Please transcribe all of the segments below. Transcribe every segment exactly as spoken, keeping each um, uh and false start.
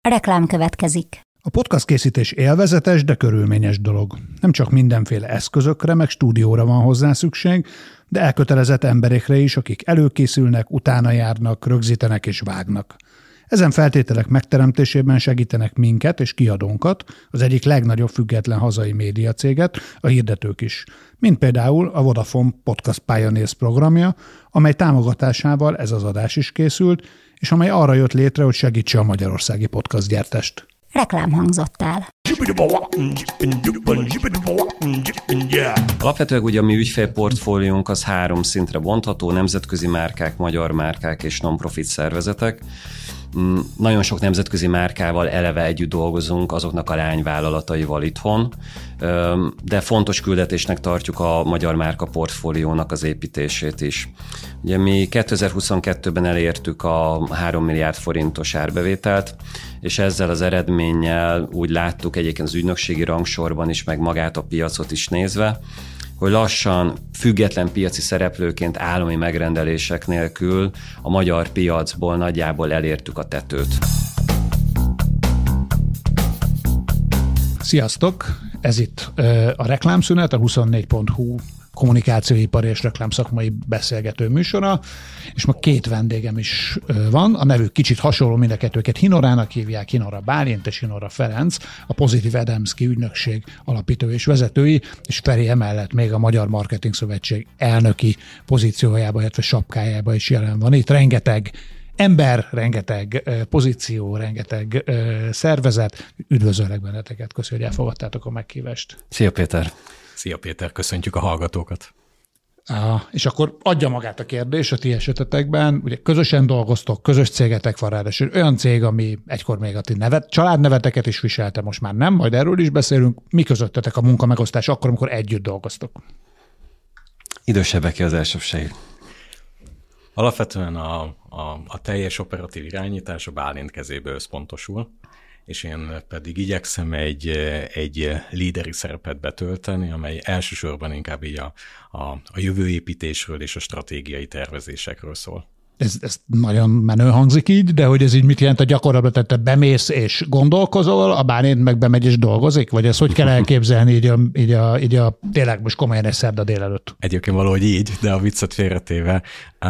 Reklám következik. A podcast készítés élvezetes, de körülményes dolog. Nem csak mindenféle eszközökre, meg stúdióra van hozzá szükség, de elkötelezett emberekre is, akik előkészülnek, utána járnak, rögzítenek és vágnak. Ezen feltételek megteremtésében segítenek minket és kiadónkat, az egyik legnagyobb független hazai médiacéget, a hirdetők is, mint például a Vodafone Podcast Pioneers programja, amely támogatásával ez az adás is készült, és amely arra jött létre, hogy segítse a magyarországi podcastgyártást. Reklám hangzott el. Alapvetően ugye a mi ügyfélportfóliónk az három szintre bontható, nemzetközi márkák, magyar márkák és non-profit szervezetek. Nagyon sok nemzetközi márkával eleve együtt dolgozunk, azoknak a lányvállalataival itthon, de fontos küldetésnek tartjuk a magyar márka portfóliónak az építését is. Ugye mi kétezer-huszonkettőben elértük a három milliárd forintos árbevételt, és ezzel az eredménnyel úgy láttuk egyébként az ügynökségi rangsorban is, meg magát a piacot is nézve, hogy lassan független piaci szereplőként állami megrendelések nélkül a magyar piacból nagyjából elértük a tetőt. Sziasztok! Ez itt a Reklámszünet, a huszonnégy pont hu kommunikációipari és reklámszakmai beszélgető műsora, és ma két vendégem is van, a nevük kicsit hasonló, mind a kettőket Hinorának hívják, Hinora Bálint és Hinora Ferenc, a Pozitív Adamski ügynökség alapító és vezetői, és Feri emellett még a Magyar Marketing Szövetség elnöki pozíciójában, illetve sapkájában is jelen van. Itt rengeteg ember, rengeteg pozíció, rengeteg szervezet. Üdvözöllek benneteket, köszönöm, hogy elfogadtátok a meghívást. Szia Péter! Szia Péter, köszöntjük a hallgatókat. Ah, és akkor adja magát a kérdés a ti esetetekben, ugye közösen dolgoztok, közös cégetek van ráadásul, olyan cég, ami egykor még a ti nevet, családneveteket is viselte, most már nem, majd erről is beszélünk. Mi közöttetek a munkamegosztás akkor, amikor együtt dolgoztok? Idősebbeké az elsőbség. Alapvetően a, a, a teljes operatív irányítás a Bálint kezébe összpontosul, és én pedig igyekszem egy, egy líderi szerepet betölteni, amely elsősorban inkább így a, a, a jövőépítésről és a stratégiai tervezésekről szól. Ez, ez nagyon menő hangzik így, de hogy ez így mit jelent a gyakorlatban, tehát te bemész és gondolkozol, a Bálint meg bemegy és dolgozik? Vagy ezt hogy kell elképzelni így a, így a, így a tényleg most komolyan egy szerda délelőtt? Egyébként valahogy így, de a viccet félretéve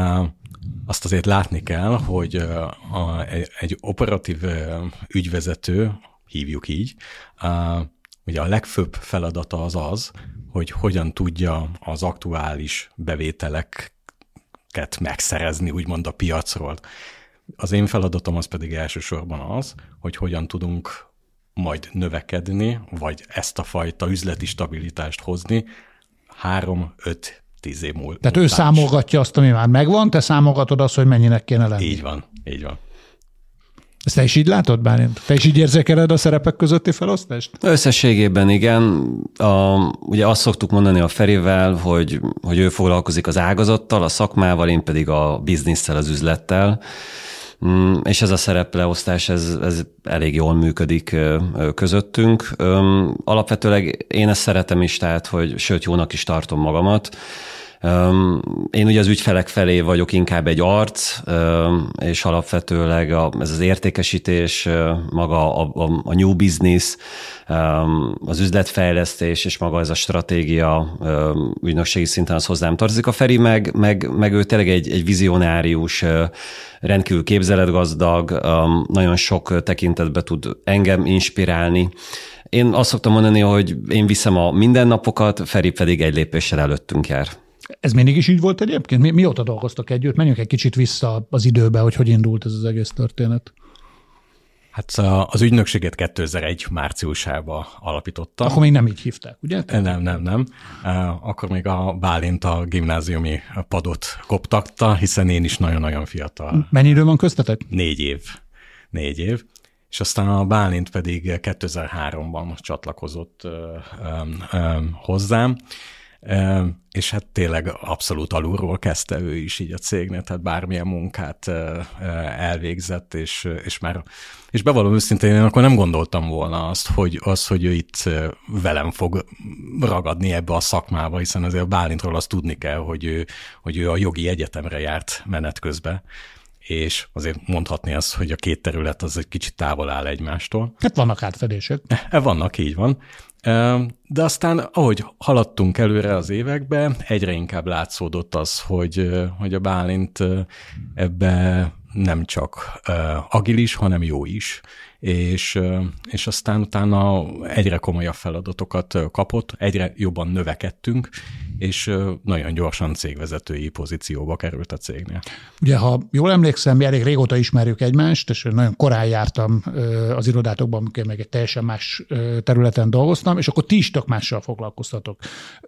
azt azért látni kell, hogy a, egy operatív ügyvezető, hívjuk így, ugye a legfőbb feladata az az, hogy hogyan tudja az aktuális bevételeket megszerezni, úgymond a piacról. Az én feladatom az pedig elsősorban az, hogy hogyan tudunk majd növekedni, vagy ezt a fajta üzleti stabilitást hozni három, öt, tíz év múlva. Tehát ő számolgatja azt, ami már megvan, te számolgatod azt, hogy mennyinek kéne lenni. Így van, így van. Ezt te is így látod, Bálint? Te is így érzékeled a szerepek közötti felosztást? Összességében igen. A, ugye azt szoktuk mondani a Ferivel, hogy, hogy ő foglalkozik az ágazattal, a szakmával, én pedig a bizniszsel, az üzlettel. És ez a szerepleosztás, ez, ez elég jól működik közöttünk. Alapvetőleg én ezt szeretem is, tehát, hogy sőt, jónak is tartom magamat. Én ugye az ügyfelek felé vagyok inkább egy arc, és alapvetőleg a, ez az értékesítés, maga a, a, a new business, az üzletfejlesztés és maga ez a stratégia ügynökségi szinten az hozzám tartozik. A Feri meg, meg, meg ő tényleg egy, egy vizionárius, rendkívül képzeletgazdag, nagyon sok tekintetben tud engem inspirálni. Én azt szoktam mondani, hogy én viszem a mindennapokat, Feri pedig egy lépéssel előttünk jár. Ez mindig is így volt egyébként? Mi, mióta dolgoztok együtt? Menjünk egy kicsit vissza az időbe, hogy hogy indult ez az egész történet. Hát az ügynökséget kétezer-egy márciusában alapította. Akkor még nem így hívták, ugye? Nem, nem, nem. Akkor még a Bálint a gimnáziumi padot koptakta, hiszen én is nagyon-nagyon fiatal. Mennyi idő van köztetek? Négy év. Négy év. És aztán a Bálint pedig kétezer-háromban csatlakozott ö, ö, ö, hozzám, ö, és hát tényleg abszolút alulról kezdte ő is így a cégnél, tehát bármilyen munkát ö, ö, elvégzett, és, és már, és bevallom őszintén, én akkor nem gondoltam volna azt, hogy, az, hogy ő itt velem fog ragadni ebbe a szakmába, hiszen azért a Bálintról azt tudni kell, hogy ő, hogy ő a jogi egyetemre járt menet közben, és azért mondhatni azt, hogy a két terület az egy kicsit távol áll egymástól. Hát vannak átfedések. Vannak, így van. De aztán, ahogy haladtunk előre az évekbe, egyre inkább látszódott az, hogy, hogy a Bálint ebbe nem csak agilis, hanem jó is. És, és aztán utána egyre komolyabb feladatokat kapott, egyre jobban növekedtünk, és nagyon gyorsan cégvezetői pozícióba került a cégnél. Ugye, ha jól emlékszem, mi elég régóta ismerjük egymást, és nagyon korán jártam az irodátokban, amikor még egy teljesen más területen dolgoztam, és akkor ti is tök mással foglalkoztatok.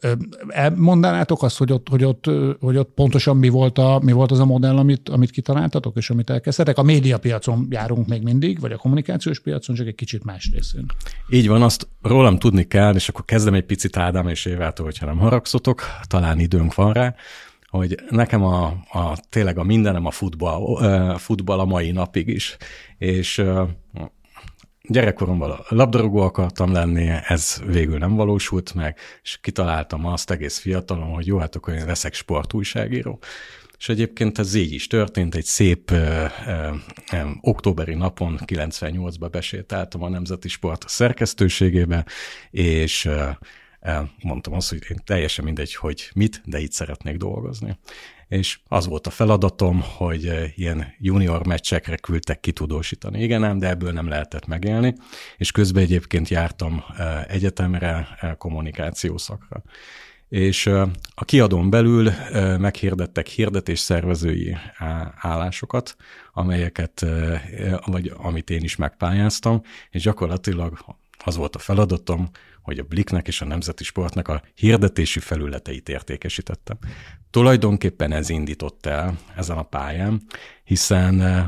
Mondanátok azt, hogy ott, hogy ott, hogy ott pontosan mi volt, a, mi volt az a modell, amit, amit kitaláltatok, és amit elkezdtetek? A médiapiacon járunk még mindig, vagy a kommunikációs piacon, csak egy kicsit más részén. Így van, azt rólam tudni kell, és akkor kezdem egy picit Ádám és Évától, hogyha nem haragszotok, talán időnk van rá, hogy nekem a, a tényleg a mindenem a futball, futball a mai napig is, és gyerekkoromban labdarúgó akartam lenni, ez végül nem valósult meg, és kitaláltam azt egész fiatalon, hogy jó, hát akkor én leszek sportújságíró. És egyébként ez így is történt, egy szép ö, ö, ö, októberi napon kilencvennyolcban besétáltam a Nemzeti Sport szerkesztőségébe, és ö, ö, mondtam azt, hogy én teljesen mindegy, hogy mit, de itt szeretnék dolgozni. És az volt a feladatom, hogy ö, ilyen junior meccsekre küldtek kitudósítani. Igen ám, de ebből nem lehetett megélni, és közben egyébként jártam ö, egyetemre, ö, kommunikáció szakra. És a kiadón belül meghirdettek hirdetésszervezői állásokat, amelyeket, vagy amit én is megpályáztam, és gyakorlatilag az volt a feladatom, hogy a Blicknek és a Nemzeti Sportnak a hirdetési felületeit értékesítettem. Tulajdonképpen ez indított el ezen a pályán, hiszen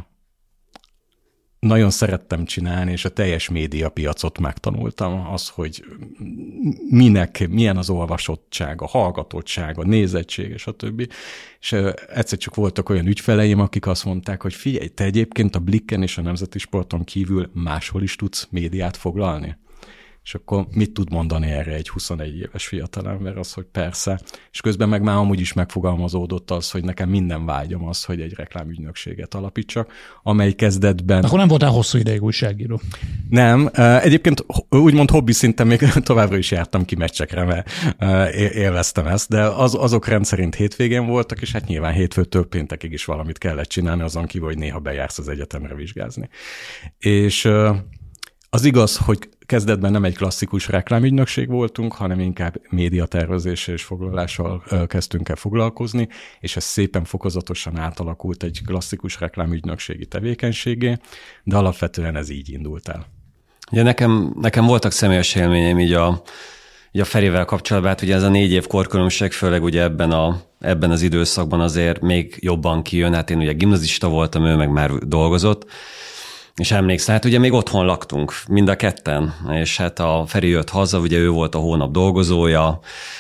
nagyon szerettem csinálni, és a teljes médiapiacot megtanultam, az, hogy minek, milyen az olvasottság, a hallgatottság, a nézettség, és a többi. És egyszer csak voltak olyan ügyfeleim, akik azt mondták, hogy figyelj, te egyébként a Blicken és a Nemzeti Sporton kívül máshol is tudsz médiát foglalni? És akkor mit tud mondani erre egy huszonegy éves fiatalember? Az, hogy persze. És közben meg már amúgy is megfogalmazódott az, hogy nekem minden vágyam az, hogy egy reklámügynökséget alapítsak, amely kezdetben... Akkor nem voltál hosszú ideig újságíró. Nem. Egyébként úgymond hobbi szinten még továbbra is jártam ki meccsekre, mert élveztem ezt, de az, azok rendszerint hétvégén voltak, és hát nyilván hétfőtől péntekig is valamit kellett csinálni, azon kívül, hogy néha bejársz az egyetemre vizsgázni. És az igaz, hogy kezdetben nem egy klasszikus reklámügynökség voltunk, hanem inkább médiatervezéssel és foglalással kezdtünk el foglalkozni, és ez szépen fokozatosan átalakult egy klasszikus reklámügynökségi tevékenységé, de alapvetően ez így indult el. Ugye nekem, nekem voltak személyes élményeim így a, így a Ferivel kapcsolatban, hát ugye ez a négy év korkülönbség, főleg ugye ebben, a, ebben az időszakban azért még jobban kijön, hát én ugye gimnazista voltam, ő meg már dolgozott, és emlékszem, hát ugye még otthon laktunk, mind a ketten, és hát a Feri jött haza, ugye ő volt a hónap dolgozója,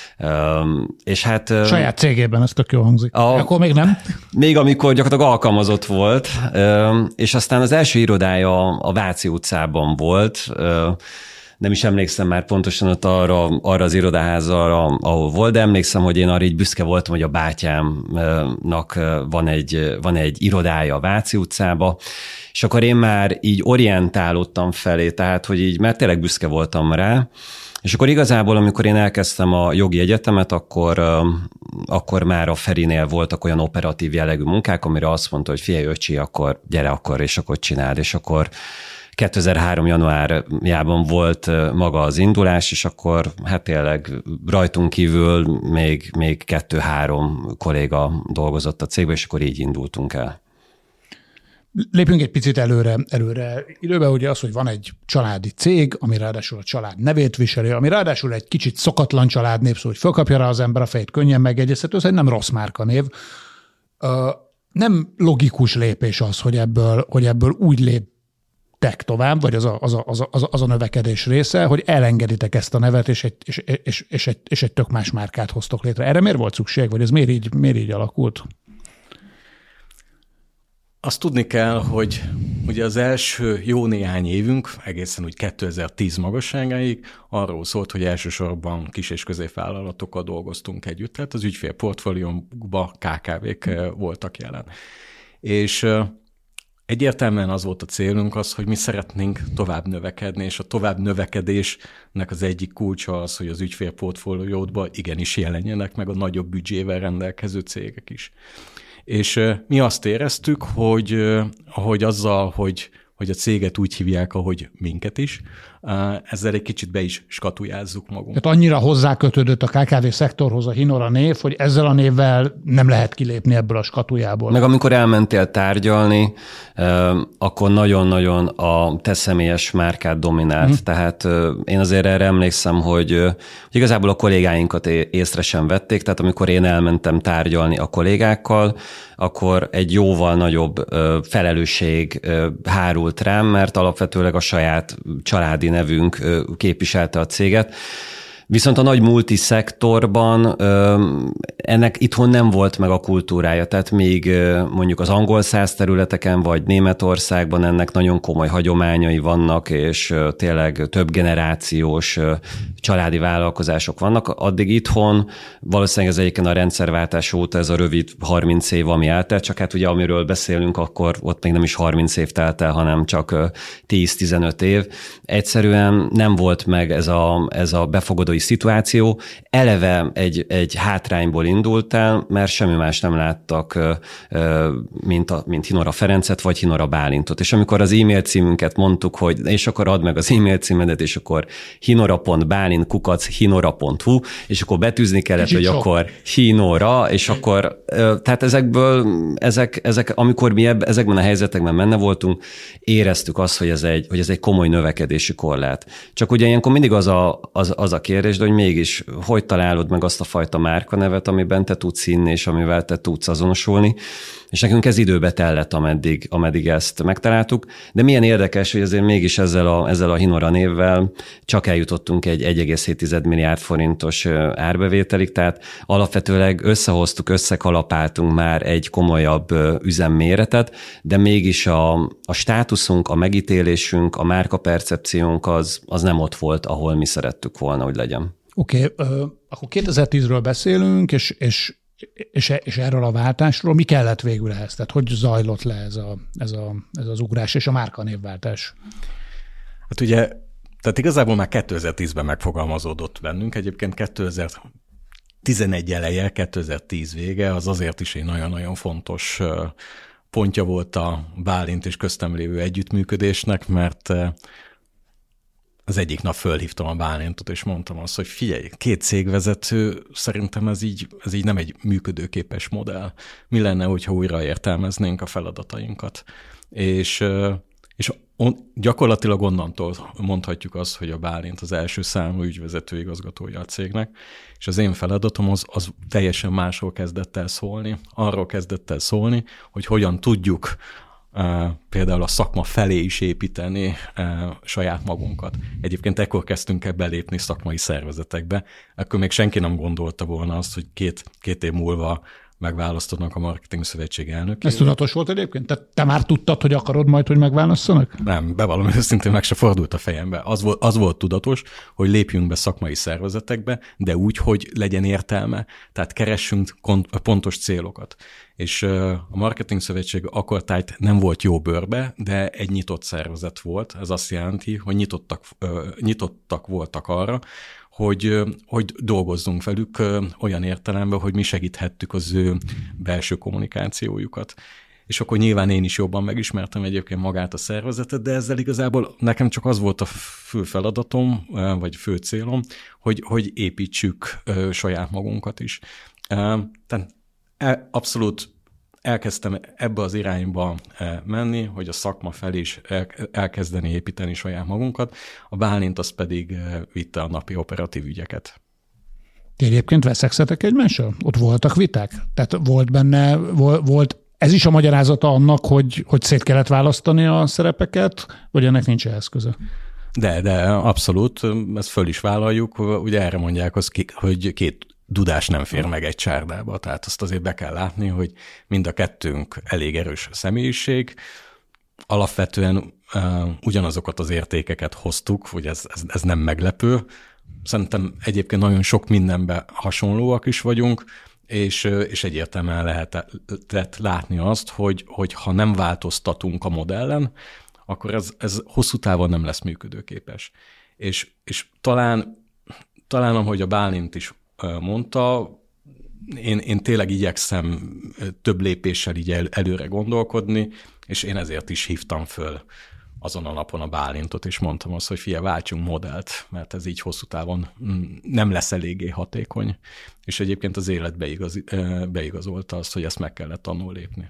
és hát... Saját cégében, ez tök jól hangzik. A, Akkor még nem? Még amikor gyakorlatilag alkalmazott volt, és aztán az első irodája a Váci utcában volt, nem is emlékszem már pontosan ott arra, arra az irodaházra, ahol volt, de emlékszem, hogy én arra így büszke voltam, hogy a bátyámnak van egy, van egy irodája a Váci utcába, és akkor én már így orientálódtam felé, tehát, hogy így, mert tényleg büszke voltam rá, és akkor igazából, amikor én elkezdtem a jogi egyetemet, akkor, akkor már a Ferinél voltak olyan operatív jellegű munkák, amire azt mondta, hogy figyelj, öcsi, akkor gyere akkor, és akkor csináld, és akkor kétezer-három januárjában volt maga az indulás, és akkor hát tényleg rajtunk kívül még, még kettő-három kolléga dolgozott a cégben, és akkor így indultunk el. Lépjünk egy picit előre, előre időben, ugye az, hogy van egy családi cég, ami ráadásul a család nevét viseli, ami ráadásul egy kicsit szokatlan családnév, szóval hogy fölkapja rá az ember a fejét, könnyen megjegyezhető, ez egy nem rossz márkanév. Nem logikus lépés az, hogy ebből, hogy ebből úgy léptek tovább, vagy az a, az, a, az, a, az a növekedés része, hogy elengeditek ezt a nevet, és egy, és, és, és, egy, és egy tök más márkát hoztok létre. Erre miért volt szükség, vagy ez miért így, miért így alakult? Azt tudni kell, hogy ugye az első jó néhány évünk, egészen úgy kétezer-tíz magasságáig arról szólt, hogy elsősorban kis- és középvállalatokkal dolgoztunk együtt, tehát az ügyfélportfóliónkban ká ká vék voltak jelen. És egyértelműen az volt a célunk az, hogy mi szeretnénk tovább növekedni, és a tovább növekedésnek az egyik kulcsa az, hogy az ügyfélportfóliódban igenis jelenjenek meg a nagyobb büdzsével rendelkező cégek is. És mi azt éreztük, hogy, hogy azzal, hogy, hogy a céget úgy hívják, ahogy minket is, ezzel egy kicsit be is skatujázzuk magunkat. Tehát annyira hozzákötődött a ká ká vé szektorhoz a Hinora név, hogy ezzel a névvel nem lehet kilépni ebből a skatujából. Meg amikor elmentél tárgyalni, akkor nagyon-nagyon a te személyes márkád dominált. Hmm. Tehát én azért erre emlékszem, hogy, hogy igazából a kollégáinkat észre sem vették, tehát amikor én elmentem tárgyalni a kollégákkal, akkor egy jóval nagyobb felelősség hárult rám, mert alapvetőleg a saját családi nevünk képviselte a céget. Viszont a nagy multiszektorban ennek itthon nem volt meg a kultúrája, tehát még mondjuk az angol száz területeken vagy Németországban ennek nagyon komoly hagyományai vannak, és tényleg több generációs családi vállalkozások vannak. Addig itthon valószínűleg ez egyébként a rendszerváltás óta ez a rövid harminc év, ami eltelt, csak hát ugye amiről beszélünk, akkor ott még nem is harminc év telt el, hanem csak tíz-tizenöt év. Egyszerűen nem volt meg ez a, ez a befogadó szituáció, eleve egy, egy hátrányból indult el, mert semmi más nem láttak, mint, a, mint Hinora Ferencet, vagy Hinora Bálintot. És amikor az e-mail címünket mondtuk, hogy és akkor add meg az e-mail címedet, és akkor hinora pont bálint kukac hinora pont hu, és akkor betűzni kellett, Kicsit hogy sok. Akkor Hinora, és akkor, tehát ezekből, ezek, ezek amikor mi ebb, ezekben a helyzetekben benne voltunk, éreztük azt, hogy ez egy, hogy ez egy komoly növekedési korlát. Csak ugye ilyenkor mindig az a, az, az a kérdés, de hogy mégis hogy találod meg azt a fajta márkanevet, amiben te tudsz hinni, és amivel te tudsz azonosulni. És nekünk ez időbe tellett, ameddig, ameddig ezt megtaláltuk. De milyen érdekes, hogy azért mégis ezzel a, ezzel a Hinora névvel csak eljutottunk egy egy egész hét milliárd forintos árbevételig, tehát alapvetőleg összehoztuk, összekalapáltunk már egy komolyabb üzemméretet, de mégis a, a státuszunk, a megítélésünk, a márkapercepciónk az, az nem ott volt, ahol mi szerettük volna, hogy legyen. Oké, okay, akkor kétezer-tízről beszélünk, és, és És, és erről a váltásról mi kellett végül ehhez? Tehát hogy zajlott le ez, a, ez, a, ez az ugrás és a márkanévváltás? Hát ugye, tehát igazából már kétezer-tízben megfogalmazódott bennünk. Egyébként kétezer-tizenegy eleje, kétezer-tíz vége, az azért is egy nagyon-nagyon fontos pontja volt a Bálint és köztem lévő együttműködésnek, mert az egyik nap fölhívtam a Bálintot, és mondtam azt, hogy figyelj, két cégvezető, szerintem ez így, ez így nem egy működőképes modell. Mi lenne, hogyha újra értelmeznénk a feladatainkat? És, és on, gyakorlatilag onnantól mondhatjuk azt, hogy a Bálint az első számú ügyvezető igazgatója a cégnek, és az én feladatom az, az teljesen másról kezdett el szólni. Arról kezdett el szólni, hogy hogyan tudjuk Uh, például a szakma felé is építeni uh, saját magunkat. Egyébként ekkor kezdtünk el belépni szakmai szervezetekbe. Akkor még senki nem gondolta volna azt, hogy két, két év múlva megválasztanak a Marketing Szövetség elnökével. Ez tudatos volt egyébként? Te, te már tudtad, hogy akarod majd, hogy megválasszanak? Nem, bevallom, őszintén meg se fordult a fejembe. Az volt, az volt tudatos, hogy lépjünk be szakmai szervezetekbe, de úgy, hogy legyen értelme. Tehát keressünk kont- pontos célokat. És a Marketing Szövetség akkor tájt nem volt jó bőrbe, de egy nyitott szervezet volt. Ez azt jelenti, hogy nyitottak, nyitottak voltak arra, hogy, hogy dolgozzunk velük olyan értelemben, hogy mi segíthettük az ő belső kommunikációjukat. És akkor nyilván én is jobban megismertem egyébként magát a szervezetet, de ezzel igazából nekem csak az volt a fő feladatom, vagy fő célom, hogy, hogy építsük saját magunkat is. Tehát abszolút elkezdtem ebbe az irányba menni, hogy a szakma felé is elkezdeni építeni saját magunkat, a Bálint az pedig vitte a napi operatív ügyeket. Ti egyébként veszekszetek egymással? Ott voltak viták? Tehát volt benne, volt, ez is a magyarázata annak, hogy, hogy szét kellett választani a szerepeket, vagy ennek nincs ehhez köze? De, de abszolút, ezt föl is vállaljuk, ugye erre mondják, az, hogy két dudás nem fér meg egy csárdába, tehát azt azért be kell látni, hogy mind a kettőnk elég erős személyiség, alapvetően uh, ugyanazokat az értékeket hoztuk, hogy ez, ez, ez nem meglepő. Szerintem egyébként nagyon sok mindenben hasonlóak is vagyunk, és, és egyértelműen lehetett látni azt, hogy, hogy ha nem változtatunk a modellen, akkor ez, ez hosszú távon nem lesz működőképes. És, és talán, talán, ahogy a Bálint is mondta, én, én tényleg igyekszem több lépéssel így el, előre gondolkodni, és én ezért is hívtam föl azon a napon a Bálintot, és mondtam azt, hogy figyelj, váltsunk modellt, mert ez így hosszú távon nem lesz eléggé hatékony. És egyébként az élet beigaz, beigazolta azt, hogy ezt meg kellett annól lépni.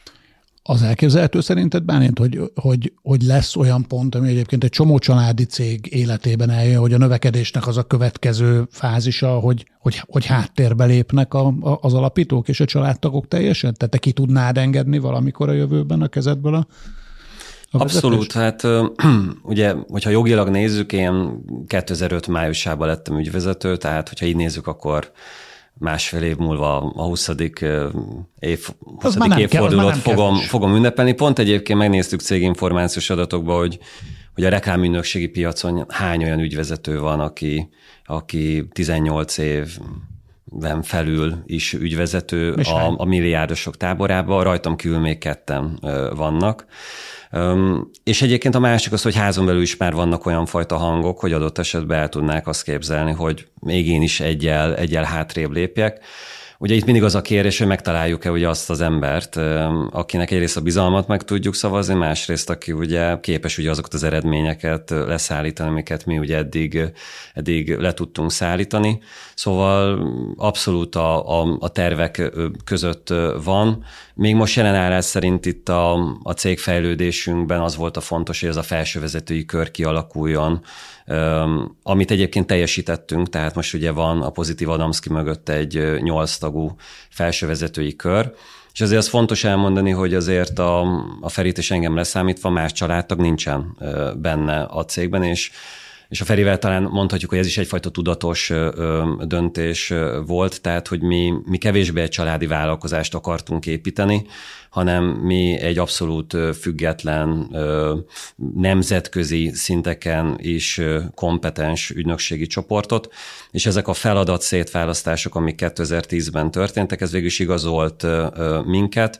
Az elképzelhető szerinted, Bálint, hogy, hogy, hogy lesz olyan pont, ami egyébként egy csomó családi cég életében eljön, hogy a növekedésnek az a következő fázisa, hogy, hogy, hogy háttérbe lépnek a, a, az alapítók és a családtagok teljesen? Tehát te ki tudnád engedni valamikor a jövőben a kezedből a Abszolút, hát ugye, hogyha jogilag nézzük, én kétezer-öt májusában lettem ügyvezető, tehát hogyha így nézzük, akkor másfél év múlva a huszadik év, huszadik évfordulót kell, fogom, fogom ünnepelni. Pont egyébként megnéztük céginformációs adatokba, hogy, hogy a reklámügynökségi piacon hány olyan ügyvezető van, aki, aki tizennyolc éven felül is ügyvezető a, a milliárdosok táborában, rajtam kívül még ketten vannak. Um, és egyébként a másik az, hogy házon belül is már vannak olyan fajta hangok, hogy adott esetben el tudnák azt képzelni, hogy még én is egyel, egyel hátrébb lépjek. Ugye itt mindig az a kérdés, hogy megtaláljuk-e ugye azt az embert, akinek egyrészt a bizalmat meg tudjuk szavazni, másrészt aki ugye képes ugye azokat az eredményeket leszállítani, amiket mi ugye eddig, eddig le tudtunk szállítani. Szóval abszolút a, a, a tervek között van. Még most jelen állás szerint itt a, a cégfejlődésünkben az volt a fontos, hogy ez a felsővezetői kör kialakuljon, Um, amit egyébként teljesítettünk, tehát most ugye van a Pozitív Adamski mögött egy nyolc tagú felsővezetői kör, és azért az fontos elmondani, hogy azért a, a Ferit és engem leszámítva más családtag nincsen uh, benne a cégben, és és a Ferivel talán mondhatjuk, hogy ez is egyfajta tudatos ö, döntés ö, volt, tehát hogy mi, mi kevésbé egy családi vállalkozást akartunk építeni, hanem mi egy abszolút független, ö, nemzetközi szinteken is kompetens ügynökségi csoportot, és ezek a feladat szétválasztások, amik kétezer-tízben történtek, ez végül is igazolt ö, minket.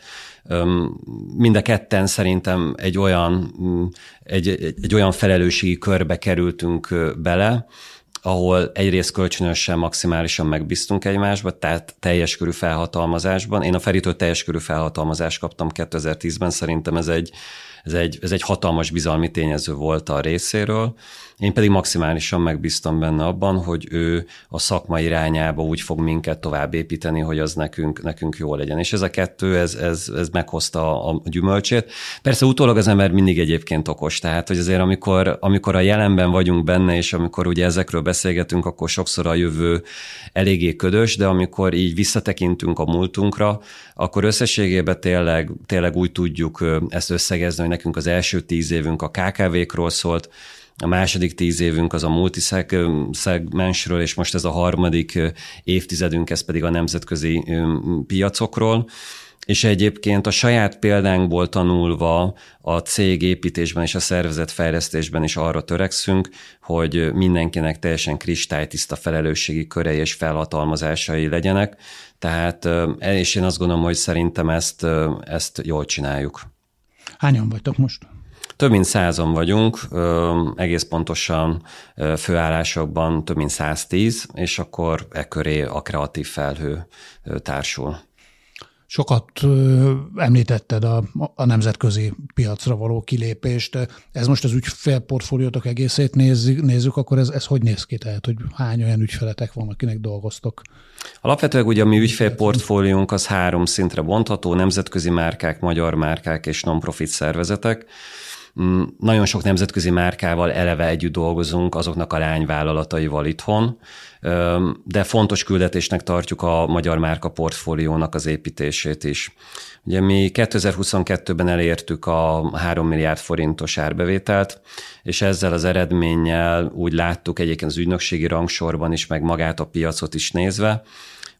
Mind a ketten szerintem egy olyan, egy, egy olyan felelősségi körbe kerültünk bele, ahol egyrészt kölcsönösen maximálisan megbíztunk egymásba, tehát teljes körű felhatalmazásban. Én a Feritől teljes körű felhatalmazást kaptam kétezer-tízben, szerintem ez egy, ez egy, ez egy hatalmas bizalmi tényező volt a részéről. Én pedig maximálisan megbíztam benne abban, hogy ő a szakma irányába úgy fog minket tovább építeni, hogy az nekünk, nekünk jó legyen. És ez a kettő, ez, ez, ez meghozta a gyümölcsét. Persze utólag az ember mindig egyébként okos, tehát hogy azért amikor, amikor a jelenben vagyunk benne, és amikor ugye ezekről beszélgetünk, akkor sokszor a jövő eléggé ködös, de amikor így visszatekintünk a múltunkra, akkor összességében tényleg, tényleg úgy tudjuk ezt összegezni, hogy nekünk az első tíz évünk a ká ká vékról szólt, a második tíz évünk az a multiszegmensről, és most ez a harmadik évtizedünk, ez pedig a nemzetközi piacokról. És egyébként a saját példánkból tanulva a cégépítésben és a szervezetfejlesztésben is arra törekszünk, hogy mindenkinek teljesen kristálytiszta felelősségi körei és felhatalmazásai legyenek. Tehát, és én azt gondolom, hogy szerintem ezt, ezt jól csináljuk. Hányan vagytok most? Több mint százan vagyunk, egész pontosan főállásokban több mint száztíz, és akkor e köré a kreatív felhő társul. Sokat említetted a, a nemzetközi piacra való kilépést. Ez most az ügyfélportfóliótok egészét nézzük, nézzük akkor ez, ez hogy néz ki? Tehát, hogy hány olyan ügyfeletek van, akinek dolgoztok? Alapvetően ugye a mi ügyfélportfóliónk az három szintre bontható, nemzetközi márkák, magyar márkák és non-profit szervezetek. Nagyon sok nemzetközi márkával eleve együtt dolgozunk, azoknak a lányvállalataival itthon, de fontos küldetésnek tartjuk a magyar márka portfóliónak az építését is. Ugye mi kétezer-huszonkettőben elértük a három milliárd forintos árbevételt, és ezzel az eredménnyel úgy láttuk egyébként az ügynökségi rangsorban is, meg magát a piacot is nézve,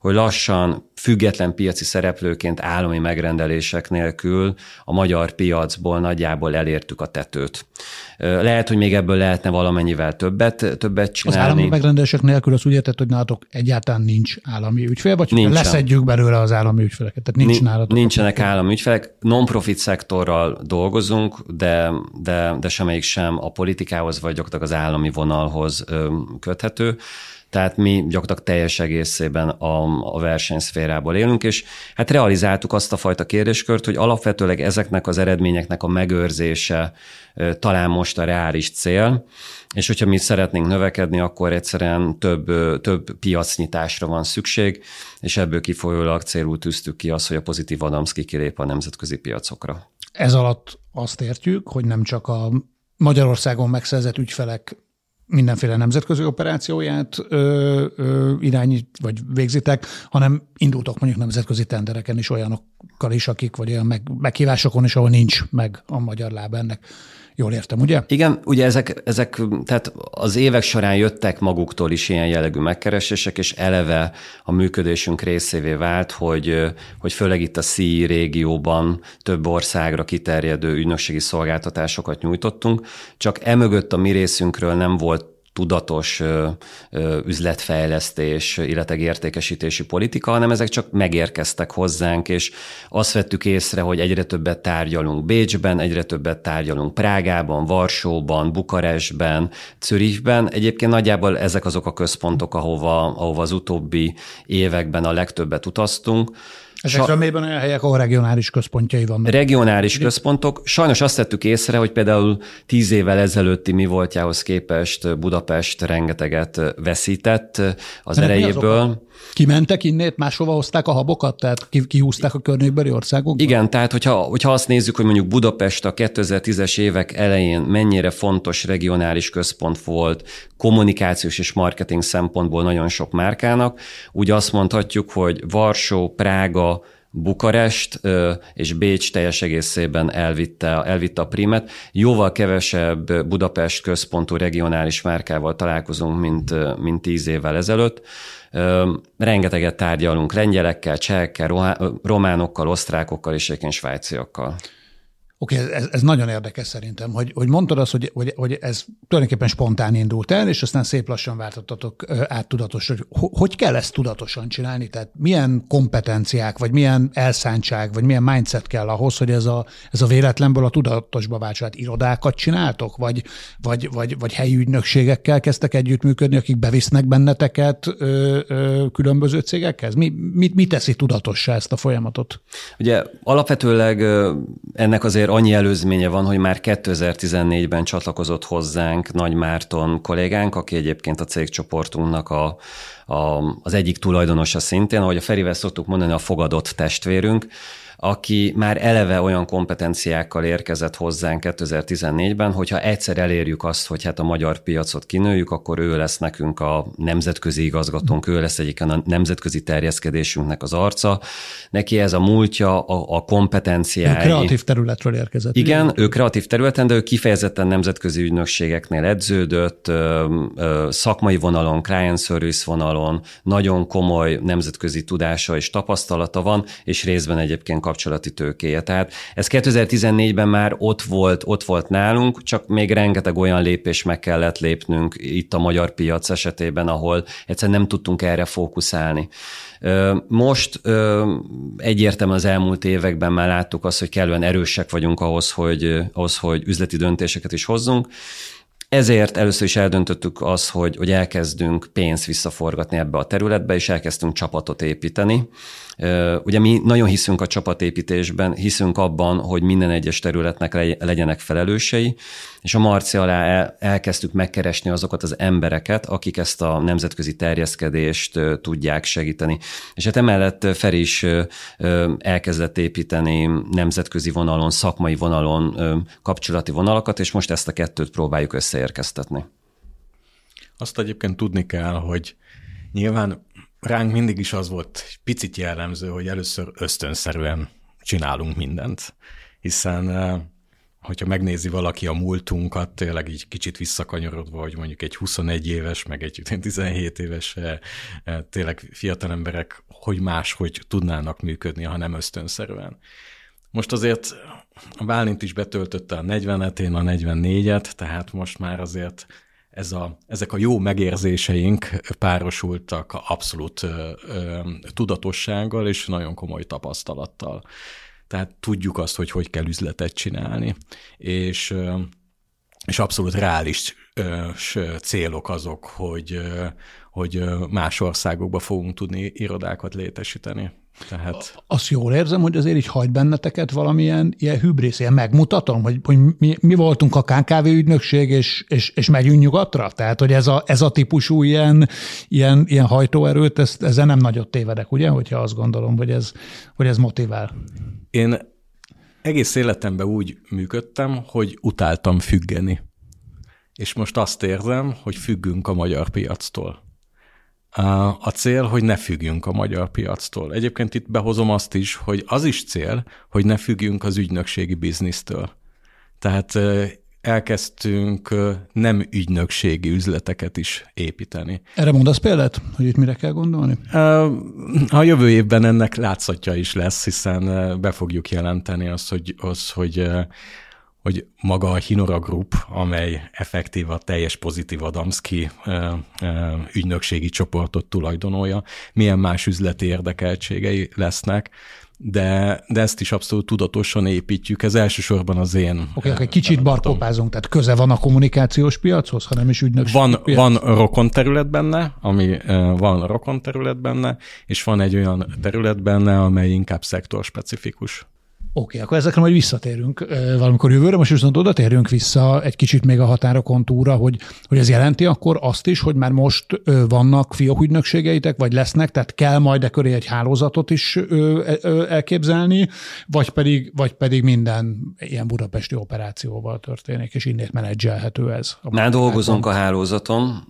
hogy lassan független piaci szereplőként állami megrendelések nélkül a magyar piacból nagyjából elértük a tetőt. Lehet, hogy még ebből lehetne valamennyivel többet, többet csinálni. Az állami megrendelések nélkül az úgy értett, hogy nálatok egyáltalán nincs állami ügyfél, vagy Nincsen. Leszedjük belőle az állami ügyfeleket? Tehát nincs nálatok. Nincsenek állami ügyfelek. Non-profit szektorral dolgozunk, de, de, de semmelyik sem a politikához vagy gyakorlatilag az állami vonalhoz köthető. Tehát mi gyakorlatilag teljes egészében a, a versenyszférából élünk, és hát realizáltuk azt a fajta kérdéskört, hogy alapvetőleg ezeknek az eredményeknek a megőrzése talán most a reális cél, és hogyha mi szeretnénk növekedni, akkor egyszerűen több, több piacnyitásra van szükség, és ebből kifolyólag célul tűztük ki azt, hogy a Pozitív Adamski kilép a nemzetközi piacokra. Ez alatt azt értjük, hogy nem csak a Magyarországon megszerzett ügyfelek mindenféle nemzetközi operációját ö, ö, irányít, vagy végzitek, hanem indultok mondjuk nemzetközi tendereken is olyanokkal is, akik, vagy olyan meg, meghívásokon is, ahol nincs meg a magyar lába ennek. Jól értem, ugye? Igen, ugye ezek, ezek, tehát az évek során jöttek maguktól is ilyen jellegű megkeresések, és eleve a működésünk részévé vált, hogy, hogy főleg itt a szí i régióban több országra kiterjedő ügynökségi szolgáltatásokat nyújtottunk, csak emögött a mi részünkről nem volt tudatos ö, ö, üzletfejlesztés, illetve értékesítési politika, hanem ezek csak megérkeztek hozzánk, és azt vettük észre, hogy egyre többet tárgyalunk Bécsben, egyre többet tárgyalunk Prágában, Varsóban, Bukarestben, Zürichben. Egyébként nagyjából ezek azok a központok, ahova, ahova az utóbbi években a legtöbbet utaztunk. Ezek remélben olyan helyek, ahol regionális központjai vannak. Regionális központok. Sajnos azt tettük észre, hogy például tíz évvel ezelőtti mi voltjához képest Budapest rengeteget veszített az Ennek erejéből. Kimentek innét, máshova hozták a habokat? Tehát kihúzták a környékbeli országokba? Igen, tehát hogyha, hogyha azt nézzük, hogy mondjuk Budapest a kétezer-tízes évek elején mennyire fontos regionális központ volt, kommunikációs és marketing szempontból nagyon sok márkának, úgy azt mondhatjuk, hogy Varsó, Prága, Bukarest és Bécs teljes egészében elvitte, elvitte a prímet. Jóval kevesebb Budapest központú regionális márkával találkozunk, mint, mint tíz évvel ezelőtt. Rengeteget tárgyalunk lengyelekkel, csehekkel, románokkal, osztrákokkal és egyébként svájciakkal. Oké, okay, ez, ez nagyon érdekes szerintem, hogy, hogy mondtad azt, hogy, hogy, hogy ez tulajdonképpen spontán indult el, és aztán szép lassan váltottatok át tudatos, hogy hogy kell ezt tudatosan csinálni? Tehát milyen kompetenciák, vagy milyen elszántság, vagy milyen mindset kell ahhoz, hogy ez a, ez a véletlenből a tudatosba váltson? Hát irodákat csináltok, vagy, vagy, vagy, vagy helyi ügynökségekkel kezdtek együttműködni, akik bevisznek benneteket ö, ö, különböző cégekhez? Mi, mi, mi teszi tudatossá ezt a folyamatot? Ugye alapvetőleg ennek azért annyi előzménye van, hogy már kétezer-tizennégyben csatlakozott hozzánk Nagy Márton kollégánk, aki egyébként a cégcsoportunknak a, a, az egyik tulajdonosa szintén, ahogy a Ferivel szoktuk mondani, a fogadott testvérünk, aki már eleve olyan kompetenciákkal érkezett hozzánk kétezer-tizennégyben, hogyha egyszer elérjük azt, hogy hát a magyar piacot kinőjük, akkor ő lesz nekünk a nemzetközi igazgatónk, ő lesz egyébként a nemzetközi terjeszkedésünknek az arca. Neki ez a múltja, a, a kompetenciái. Ő kreatív területről érkezett. Igen, ő kreatív területen, de ő kifejezetten nemzetközi ügynökségeknél edződött, szakmai vonalon, client service vonalon, nagyon komoly nemzetközi tudása és tapasztalata van, és részben egyébként kapcsolati tőkéje. Tehát ez kétezer-tizennégyben már ott volt, ott volt nálunk, csak még rengeteg olyan lépés meg kellett lépnünk itt a magyar piac esetében, ahol egyszerűen nem tudtunk erre fókuszálni. Most egyértelműen az elmúlt években már láttuk azt, hogy kellően erősek vagyunk ahhoz, hogy, ahhoz, hogy üzleti döntéseket is hozzunk. Ezért először is eldöntöttük azt, hogy, hogy elkezdünk pénzt visszaforgatni ebbe a területbe, és elkezdtünk csapatot építeni. Ugye mi nagyon hiszünk a csapatépítésben, hiszünk abban, hogy minden egyes területnek legyenek felelősei, és a Marci alá elkezdtük megkeresni azokat az embereket, akik ezt a nemzetközi terjeszkedést tudják segíteni. És hát emellett Feri is elkezdett építeni nemzetközi vonalon, szakmai vonalon kapcsolati vonalakat, és most ezt a kettőt próbáljuk összeérkeztetni. Azt egyébként tudni kell, hogy nyilván ránk mindig is az volt picit jellemző, hogy először ösztönszerűen csinálunk mindent, hiszen hogyha megnézi valaki a múltunkat, tényleg így kicsit visszakanyarodva, hogy mondjuk egy huszonegy éves, meg egy tizenhét éves tényleg fiatal emberek, hogy máshogy tudnának működni, ha nem ösztönszerűen. Most azért a Bálint is betöltötte a negyvenet, én a negyvennégyet, tehát most már azért ez a, ezek a jó megérzéseink párosultak abszolút ö, ö, tudatossággal és nagyon komoly tapasztalattal. Tehát tudjuk azt, hogy hogy kell üzletet csinálni, és, ö, és abszolút reális ö, célok azok, hogy, ö, hogy más országokba fogunk tudni irodákat létesíteni. Tehát... Azt jól érzem, hogy azért így hagy benneteket valamilyen ilyen hübrisz, ilyen megmutatom, hogy, hogy mi, mi voltunk a ká ká vé ügynökség, és, és, és megyünk nyugatra? Tehát, hogy ez a, ez a típusú ilyen, ilyen, ilyen hajtóerőt, ezt, ezzel nem nagyot tévedek, ugye? Hogyha azt gondolom, hogy ez, hogy ez motivál. Én egész életemben úgy működtem, hogy utáltam függeni. És most azt érzem, hogy függünk a magyar piactól. A cél, hogy ne függjünk a magyar piactól. Egyébként itt behozom azt is, hogy az is cél, hogy ne függjünk az ügynökségi biznisztől. Tehát elkezdtünk nem ügynökségi üzleteket is építeni. Erre mondasz példát, hogy itt mire kell gondolni? A jövő évben ennek látszatja is lesz, hiszen be fogjuk jelenteni azt, hogy, az, hogy hogy maga a Hinora Group, amely effektív a teljes Pozitív Adamski ügynökségi csoportot tulajdonolja, milyen más üzleti érdekeltségei lesznek, de, de ezt is abszolút tudatosan építjük. Ez elsősorban az én... Oké, okay, okay, kicsit barkópázunk, tehát köze van a kommunikációs piachoz, hanem is ügynökségi van, piac? Van rokon terület benne, ami van rokon terület benne, és van egy olyan terület benne, amely inkább szektorspecifikus. Oké, okay, akkor ezekre majd visszatérünk valamikor jövőre, most viszont oda térjünk vissza egy kicsit még a határokon túlra, hogy, hogy ez jelenti akkor azt is, hogy már most vannak fiók ügynökségeitek, vagy lesznek, tehát kell majd e köré egy hálózatot is elképzelni, vagy pedig, vagy pedig minden ilyen budapesti operációval történik, és innét menedzselhető ez. Már dolgozunk a hálózaton,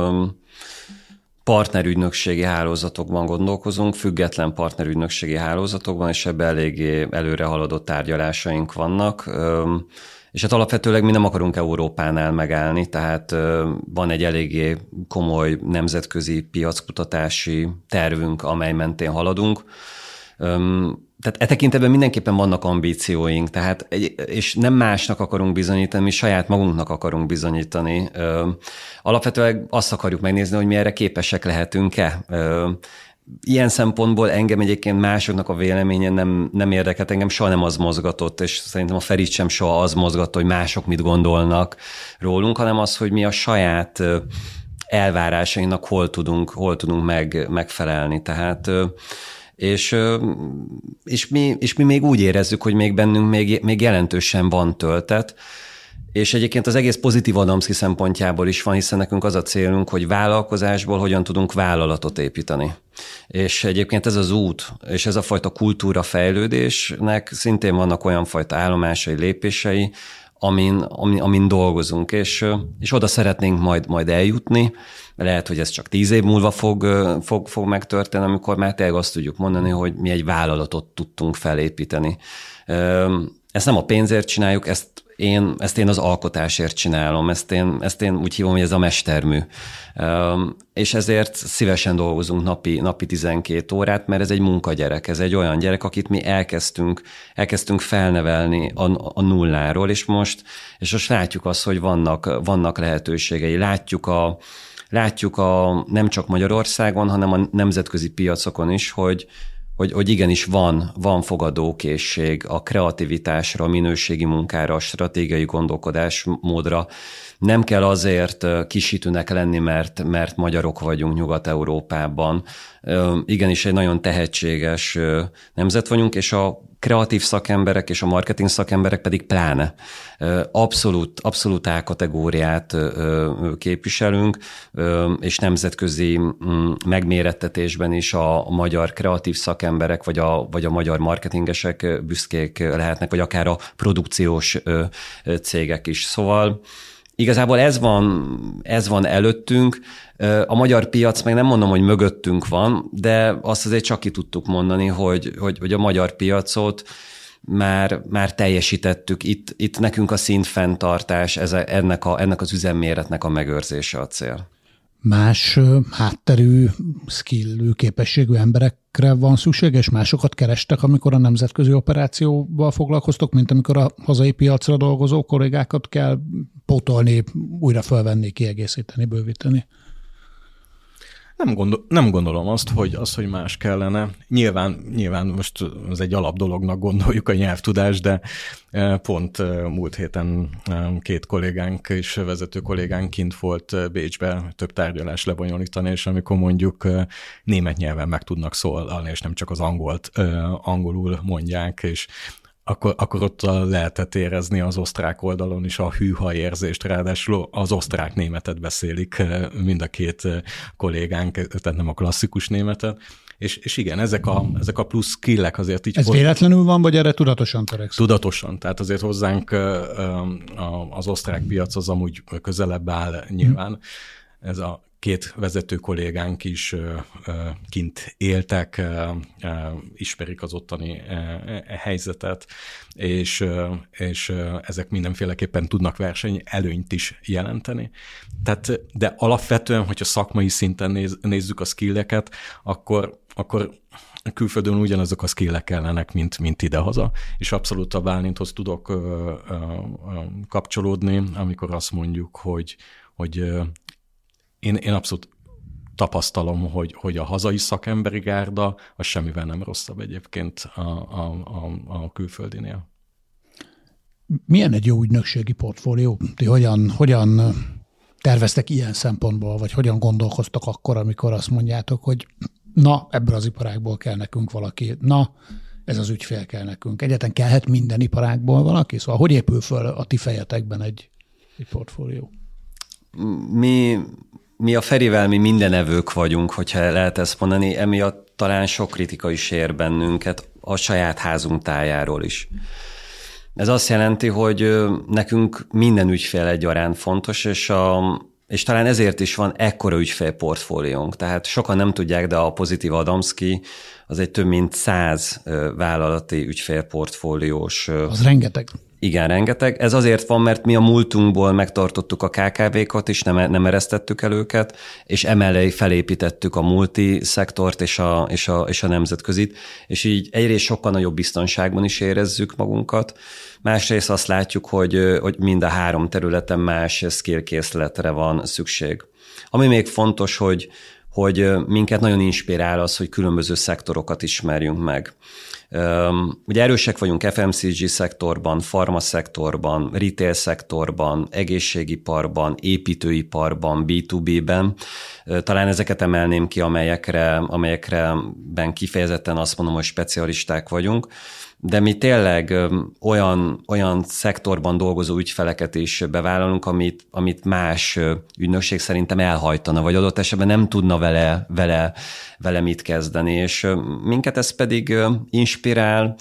partnerügynökségi hálózatokban gondolkozunk, független partnerügynökségi hálózatokban, és ebben eléggé előre haladott tárgyalásaink vannak. És hát alapvetőleg mi nem akarunk Európánál megállni, tehát van egy eléggé komoly nemzetközi piackutatási tervünk, amely mentén haladunk. Tehát e tekintetben mindenképpen vannak ambícióink, tehát, és nem másnak akarunk bizonyítani, mi saját magunknak akarunk bizonyítani. Alapvetően azt akarjuk megnézni, hogy mi erre képesek lehetünk-e. Ilyen szempontból engem egyébként másoknak a véleménye nem, nem érdekelt, engem soha nem az mozgatott, és szerintem a Ferit sem soha az mozgatta, hogy mások mit gondolnak rólunk, hanem az, hogy mi a saját elvárásainknak hol tudunk, hol tudunk meg, megfelelni. Tehát És, és, mi, és mi még úgy érezzük, hogy még bennünk még, még jelentősen van töltet, és egyébként az egész Pozitív Adamski szempontjából is van, hiszen nekünk az a célunk, hogy vállalkozásból hogyan tudunk vállalatot építeni. És egyébként ez az út, és ez a fajta kultúrafejlődésnek szintén vannak olyan fajta állomásai, lépései, amin, amin, amin dolgozunk, és, és oda szeretnénk majd, majd eljutni. Lehet, hogy ez csak tíz év múlva fog, fog, fog megtörténni, amikor már tényleg azt tudjuk mondani, hogy mi egy vállalatot tudtunk felépíteni. Ezt nem a pénzért csináljuk, ezt én, ezt én az alkotásért csinálom, ezt én, ezt én úgy hívom, hogy ez a mestermű. És ezért szívesen dolgozunk napi, napi tizenkét órát, mert ez egy munkagyerek, ez egy olyan gyerek, akit mi elkezdtünk, elkezdtünk felnevelni a, a nulláról, és most, és most látjuk azt, hogy vannak, vannak lehetőségei. Látjuk a Látjuk a, nem csak Magyarországon, hanem a nemzetközi piacokon is, hogy, hogy, hogy igenis van, van fogadókészség a kreativitásra, a minőségi munkára, a stratégiai gondolkodásmódra. Nem kell azért kisítőnek lenni, mert, mert magyarok vagyunk Nyugat-Európában. Igenis egy nagyon tehetséges nemzet vagyunk, és a kreatív szakemberek és a marketing szakemberek pedig pláne. Abszolút, abszolút A-kategóriát képviselünk, és nemzetközi megmérettetésben is a magyar kreatív szakemberek, vagy a, vagy a magyar marketingesek büszkék lehetnek, vagy akár a produkciós cégek is. Szóval igazából ez van, ez van előttünk. A magyar piac, meg nem mondom, hogy mögöttünk van, de azt azért csak ki tudtuk mondani, hogy, hogy, hogy a magyar piacot már, már teljesítettük. Itt, itt nekünk a szintfenntartás, ez a, ennek, a, ennek az üzemméretnek a megőrzése a cél. Más hátterű, skillű, képességű emberekre van szükség, és másokat kerestek, amikor a nemzetközi operációval foglalkoztok, mint amikor a hazai piacra dolgozó kollégákat kell pótolni, újra felvenni, kiegészíteni, bővíteni? Nem, gondol, nem gondolom azt, hogy, az, hogy más kellene. Nyilván, nyilván most ez egy alap dolognak gondoljuk a nyelvtudás, de pont múlt héten két kollégánk és vezető kollégánk kint volt Bécsbe több tárgyalást lebonyolítani, és amikor mondjuk német nyelven meg tudnak szólalni, és nem csak az angolt, angolul mondják, és Akkor, akkor ott lehetett érezni az osztrák oldalon is a hűha érzést, ráadásul az osztrák németet beszélik mind a két kollégánk, tehát nem a klasszikus németet, és, és igen, ezek a, ezek a plusz skillek azért így... Ez hoz... véletlenül van, vagy erre tudatosan törekszünk? Tudatosan, tehát azért hozzánk az osztrák piac az amúgy közelebb áll nyilván, ez a két vezető kollégánk is kint éltek, ismerik az ottani helyzetet, és, és ezek mindenféleképpen tudnak verseny előnyt is jelenteni. Tehát, de alapvetően, hogyha szakmai szinten néz, nézzük a skilleket, akkor, akkor külföldön ugyanazok a skillek kellenek, mint, mint idehaza, és abszolút a Bálinthoz tudok ö, ö, ö, kapcsolódni, amikor azt mondjuk, hogy, hogy Én, én abszolút tapasztalom, hogy, hogy a hazai szakemberi gárda az semmivel nem rosszabb egyébként a, a, a, a külföldinél. Milyen egy jó ügynökségi portfólió? Ti hogyan, hogyan terveztek ilyen szempontból, vagy hogyan gondolkoztak akkor, amikor azt mondjátok, hogy na, ebből az iparágból kell nekünk valaki, na, ez az ügyfél kell nekünk. Egyáltalán kellhet minden iparágból valaki? Szóval hogy épül föl a ti fejetekben egy, egy portfólió? Mi... Mi a Ferivel mi mindenevők vagyunk, hogyha lehet ezt mondani, emiatt talán sok kritika is ér bennünket a saját házunk tájáról is. Ez azt jelenti, hogy nekünk minden ügyfél egyaránt fontos, és, a, és talán ezért is van ekkora ügyfélportfóliónk. Tehát sokan nem tudják, de a Pozitív Adamski az egy több mint száz vállalati ügyfélportfóliós. Az rengeteg. Igen, rengeteg. Ez azért van, mert mi a múltunkból megtartottuk a ká ká vé-kat is, nem, nem eresztettük el őket, és emellé felépítettük a multiszektort és a, és, a, és a nemzetközit, és így egyrészt sokkal nagyobb biztonságban is érezzük magunkat, másrészt azt látjuk, hogy, hogy mind a három területen más skillkészletre van szükség. Ami még fontos, hogy, hogy minket nagyon inspirál az, hogy különböző szektorokat ismerjünk meg. Ugye erősek vagyunk ef em cé gé szektorban, farmaszektorban, retail szektorban, egészségiparban, építőiparban, bé kettő bé-ben. Talán ezeket emelném ki, amelyekre, amelyekre ben kifejezetten azt mondom, hogy specialisták vagyunk. De mi tényleg olyan, olyan szektorban dolgozó ügyfeleket is bevállalunk, amit, amit más ügynökség szerintem elhajtana, vagy adott esetben nem tudna vele, vele, vele mit kezdeni, és minket ez pedig inspirál.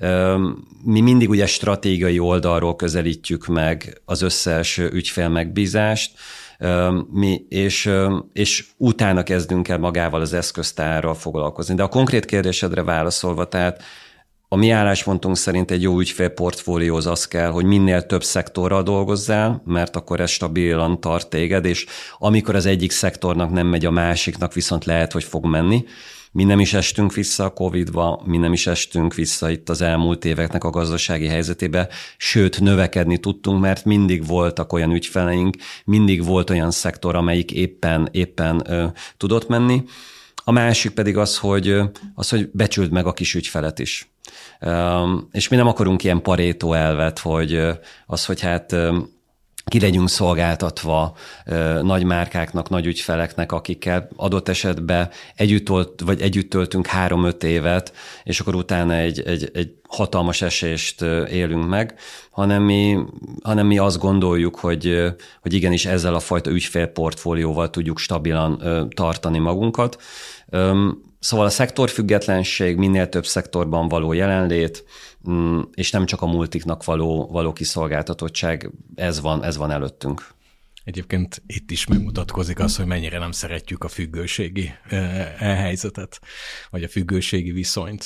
Mi mindig ugye stratégiai oldalról közelítjük meg az összes ügyfél megbízást, mi, és, és utána kezdünk el magával az eszköztárral foglalkozni. De a konkrét kérdésedre válaszolva, tehát a mi álláspontunk szerint egy jó ügyfélportfólióhoz az kell, hogy minél több szektorral dolgozzál, mert akkor ez stabilan tart téged, és amikor az egyik szektornak nem megy, a másiknak viszont lehet, hogy fog menni. Mi nem is estünk vissza a Covidba, mi nem is estünk vissza itt az elmúlt éveknek a gazdasági helyzetébe, sőt, növekedni tudtunk, mert mindig voltak olyan ügyfeleink, mindig volt olyan szektor, amelyik éppen, éppen ö, tudott menni. A másik pedig az, hogy, az, hogy becsüld meg a kis ügyfelet is. És mi nem akarunk ilyen Pareto elvet, hogy az, hogy hát ki legyünk szolgáltatva nagy márkáknak, nagy ügyfeleknek, akikkel adott esetben együtt, volt, vagy együtt töltünk három-öt évet, és akkor utána egy, egy, egy hatalmas esést élünk meg, hanem mi, hanem mi azt gondoljuk, hogy, hogy igenis ezzel a fajta ügyfélportfólióval tudjuk stabilan tartani magunkat. Szóval a szektorfüggetlenség, minél több szektorban való jelenlét, és nem csak a multiknak való, való kiszolgáltatottság, ez van, ez van előttünk. Egyébként itt is megmutatkozik az, hogy mennyire nem szeretjük a függőségi helyzetet, vagy a függőségi viszonyt.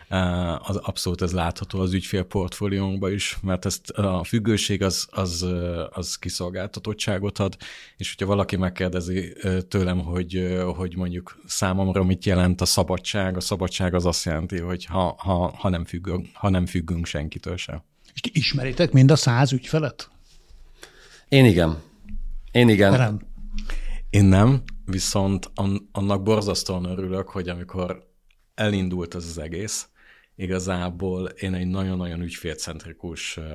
az abszolút ez látható az ügyfélportfóliónkban is, mert ezt a függőség az, az, az kiszolgáltatottságot ad, és hogyha valaki megkérdezi tőlem, hogy, hogy mondjuk számomra mit jelent a szabadság, a szabadság az azt jelenti, hogy ha, ha, ha, nem, függünk, ha nem függünk senkitől sem. És ti ismeritek mind a száz ügyfelet? Én igen. Én igen. Nem. Én nem, viszont annak borzasztóan örülök, hogy amikor elindult ez az egész, igazából én egy nagyon-nagyon ügyfélcentrikus uh,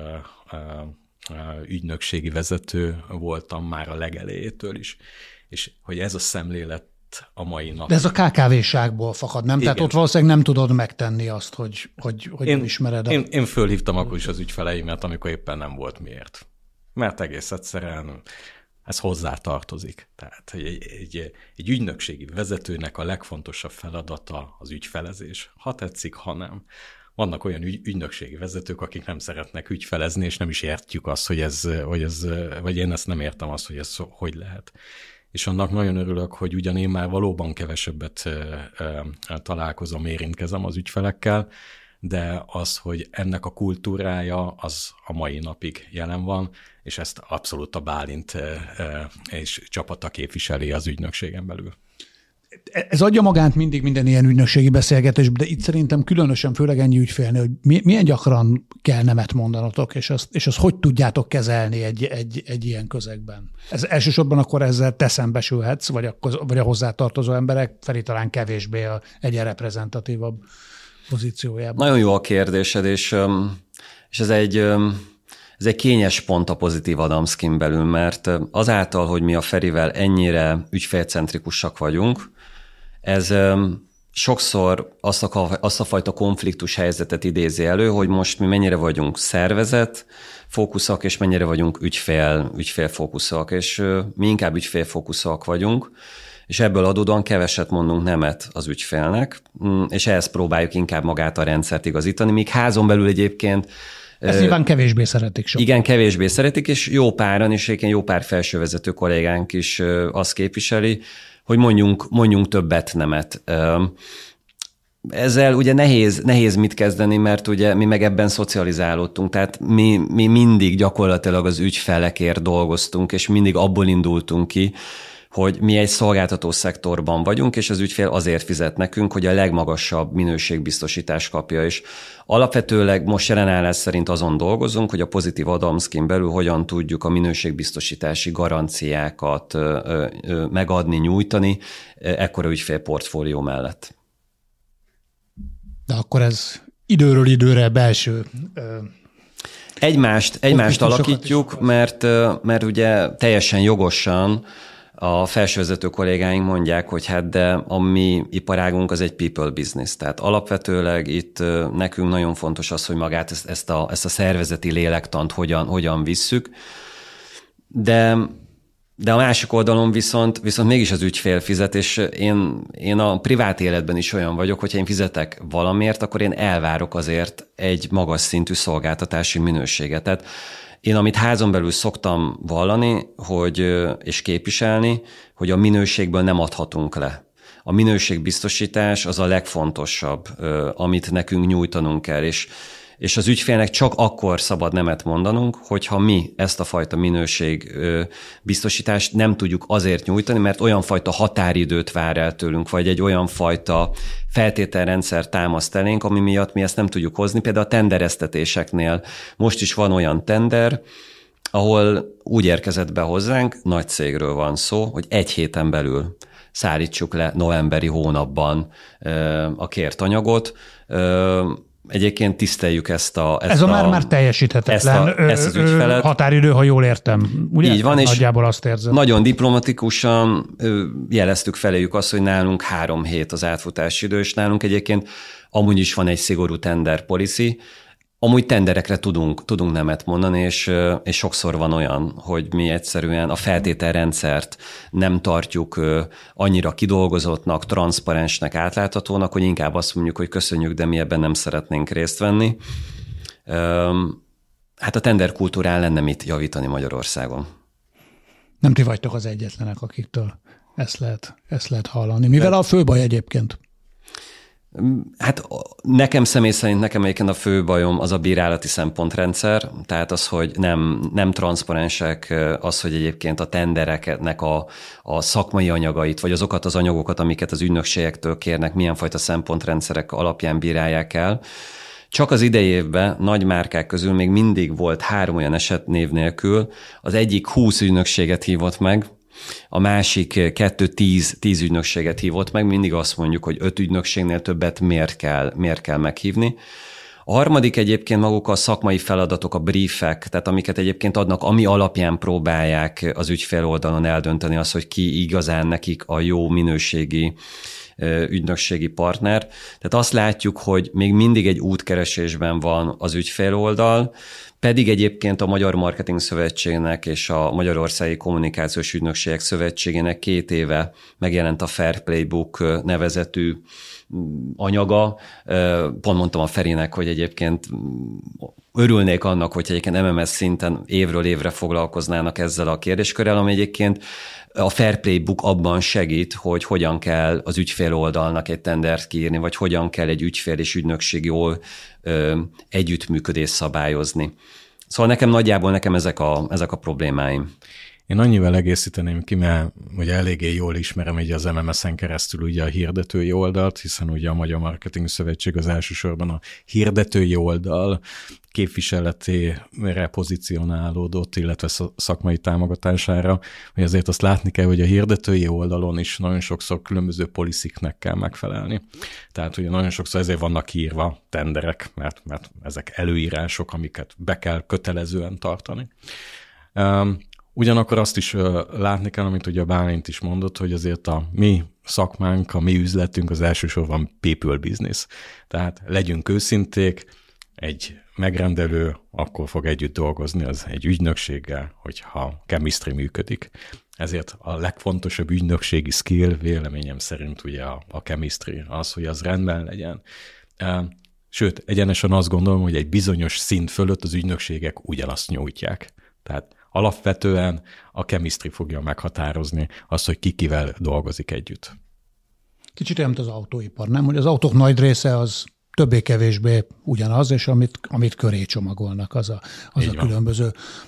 uh, ügynökségi vezető voltam már a legelejétől is, és hogy ez a szemlélet a mai nap. De ez a ká ká vé-ságból fakad, nem? Igen. Tehát ott valószínűleg nem tudod megtenni azt, hogy, hogy, hogy én, ismered. A... Én, én fölhívtam akkor is az ügyfeleimet, amikor éppen nem volt miért. Mert egész egyszerűen ez hozzá tartozik. Tehát egy, egy, egy ügynökségi vezetőnek a legfontosabb feladata az ügyfelezés. Ha tetszik, ha nem. Vannak olyan ügy, ügynökségi vezetők, akik nem szeretnek ügyfelezni, és nem is értjük azt, hogy ez, hogy ez, vagy én ezt nem értem azt, hogy ez hogy lehet. És annak nagyon örülök, hogy ugyan én már valóban kevesebbet találkozom, érintkezem az ügyfelekkel, de az, hogy ennek a kultúrája, az a mai napig jelen van, és ezt abszolút a Bálint és csapata képviseli az ügynökségen belül. Ez adja magánt mindig minden ilyen ügynökségi beszélgetésben, de itt szerintem különösen, főleg ennyi ügyfélnél, hogy milyen gyakran kell nemet mondanotok, és azt, és azt hogy tudjátok kezelni egy, egy, egy ilyen közegben. Ez elsősorban akkor ezzel te szembesülhetsz, vagy a, vagy a hozzátartozó emberek, Feri talán kevésbé a, egy reprezentatívabb pozíciójában. Nagyon jó a kérdésed, és, és ez egy... Ez egy kényes pont a pozitív Adamskin belül, mert azáltal, hogy mi a Ferivel ennyire ügyfélcentrikusak vagyunk, ez sokszor azt a, azt a fajta konfliktus helyzetet idézi elő, hogy most mi mennyire vagyunk szervezet fókuszak, és mennyire vagyunk ügyfél, ügyfélfókuszak, és mi inkább ügyfélfókuszak vagyunk, és ebből adódóan keveset mondunk nemet az ügyfélnek, és ehhez próbáljuk inkább magát a rendszert igazítani, míg házon belül egyébként ezt nyilván kevésbé szeretik sok. Igen, kevésbé szeretik, és jó páran, és egyébként jó pár felsővezető kollégánk is azt képviseli, hogy mondjunk, mondjunk többet nemet. Ezzel ugye nehéz, nehéz mit kezdeni, mert ugye mi meg ebben szocializálódtunk, tehát mi, mi mindig gyakorlatilag az ügyfelekért dolgoztunk, és mindig abból indultunk ki, hogy mi egy szolgáltató szektorban vagyunk, és az ügyfél azért fizet nekünk, hogy a legmagasabb minőségbiztosítást kapja, és alapvetőleg most jelenállás szerint azon dolgozunk, hogy a pozitív Adamskin belül hogyan tudjuk a minőségbiztosítási garanciákat megadni, nyújtani ekkora ügyfélportfólió mellett. De akkor ez időről időre belső... Egymást, egymást alakítjuk, mert, mert ugye teljesen jogosan a felsővezető kollégáink mondják, hogy hát de a mi iparágunk az egy people business. Tehát alapvetőleg itt nekünk nagyon fontos az, hogy magát ezt, ezt, a, ezt a szervezeti lélektant hogyan, hogyan visszük. De, de a másik oldalon viszont, viszont mégis az ügyfél fizet, és én, én a privát életben is olyan vagyok, hogyha én fizetek valamiért, akkor én elvárok azért egy magas szintű szolgáltatási minőséget. Tehát én, amit házon belül szoktam vallani, hogy, és képviselni, hogy a minőségből nem adhatunk le. A minőségbiztosítás az a legfontosabb, amit nekünk nyújtanunk kell, és, és az ügyfélnek csak akkor szabad nemet mondanunk, hogyha mi ezt a fajta minőségbiztosítást nem tudjuk azért nyújtani, mert olyan fajta határidőt vár el tőlünk, vagy egy olyan fajta feltételrendszer támaszt elénk, ami miatt mi ezt nem tudjuk hozni. Például a tendereztetéseknél most is van olyan tender, ahol úgy érkezett be hozzánk, nagy cégről van szó, hogy egy héten belül szállítsuk le novemberi hónapban a kért anyagot. Egyébként tiszteljük ezt a... Ezt Ez a, a már már teljesíthetetlen ezt, a, ezt az ügyfelet. Határidő, ha jól értem. Ugye? Így van, és nagyjából azt érzem. Nagyon diplomatikusan jeleztük feléjük azt, hogy nálunk három hét az átfutási idő, és nálunk egyébként amúgy is van egy szigorú tender policy. Amúgy tenderekre tudunk, tudunk nemet mondani, és, és sokszor van olyan, hogy mi egyszerűen a feltételrendszert nem tartjuk annyira kidolgozottnak, transzparensnek, átláthatónak, hogy inkább azt mondjuk, hogy köszönjük, de mi ebben nem szeretnénk részt venni. Hát a tenderkultúrán lenne mit javítani Magyarországon. Nem ti vagytok az egyetlenek, akiktől ezt lehet, ezt lehet hallani. Mivel a fő baj egyébként? Hát nekem személy szerint, nekem egyébként a fő bajom az a bírálati szempontrendszer, tehát az, hogy nem, nem transzparensek, az, hogy egyébként a tendereknek a, a szakmai anyagait, vagy azokat az anyagokat, amiket az ügynökségektől kérnek, milyen fajta szempontrendszerek alapján bírálják el. Csak az idei évben nagy márkák közül még mindig volt három olyan eset név nélkül, az egyik húsz ügynökséget hívott meg, a másik kettő tíz, tíz ügynökséget hívott meg, mindig azt mondjuk, hogy öt ügynökségnél többet miért kell, miért kell meghívni. A harmadik egyébként maguk a szakmai feladatok, a briefek, tehát amiket egyébként adnak, ami alapján próbálják az ügyfél oldalon eldönteni az, hogy ki igazán nekik a jó minőségi ügynökségi partner. Tehát azt látjuk, hogy még mindig egy útkeresésben van az ügyfél oldal, pedig egyébként a Magyar Marketing Szövetségnek és a Magyarországi Kommunikációs Ügynökségek Szövetségének két éve megjelent a Fair Playbook nevezetű anyaga. Pont mondtam a Ferinek, hogy egyébként örülnék annak, hogy egyébként em em es szinten évről évre foglalkoznának ezzel a kérdéskörrel, ami egyébként a Fair Playbook abban segít, hogy hogyan kell az ügyfél oldalnak egy tendert kiírni, vagy hogyan kell egy ügyfél és ügynökség jól ö, együttműködést szabályozni. Szóval nekem nagyjából nekem ezek a, ezek a problémáim. Én annyival egészíteném ki, mert ugye eléggé jól ismerem ugye az em em es-en keresztül ugye a hirdetői oldalt, hiszen ugye a Magyar Marketing Szövetség az elsősorban a hirdetői oldal képviseletére pozícionálódott, illetve szakmai támogatására, hogy azért azt látni kell, hogy a hirdetői oldalon is nagyon sokszor különböző policyeknek kell megfelelni. Tehát ugye nagyon sokszor ezért vannak írva tenderek, mert, mert ezek előírások, amiket be kell kötelezően tartani. Um, Ugyanakkor azt is látni kell, amit ugye a Bálint is mondott, hogy azért a mi szakmánk, a mi üzletünk az elsősorban people business. Tehát legyünk őszinték, egy megrendelő akkor fog együtt dolgozni az egy ügynökséggel, hogyha chemistry működik. Ezért a legfontosabb ügynökségi skill véleményem szerint ugye a, a chemistry, az, hogy az rendben legyen. Sőt, egyenesen azt gondolom, hogy egy bizonyos szint fölött az ügynökségek ugyanazt nyújtják. Tehát alapvetően a chemistry fogja meghatározni azt, hogy ki kivel dolgozik együtt. Kicsit olyan, mint az autóipar, nem? Hogy az autók nagy része az többé-kevésbé ugyanaz, és amit, amit köré csomagolnak, az a, az a különböző.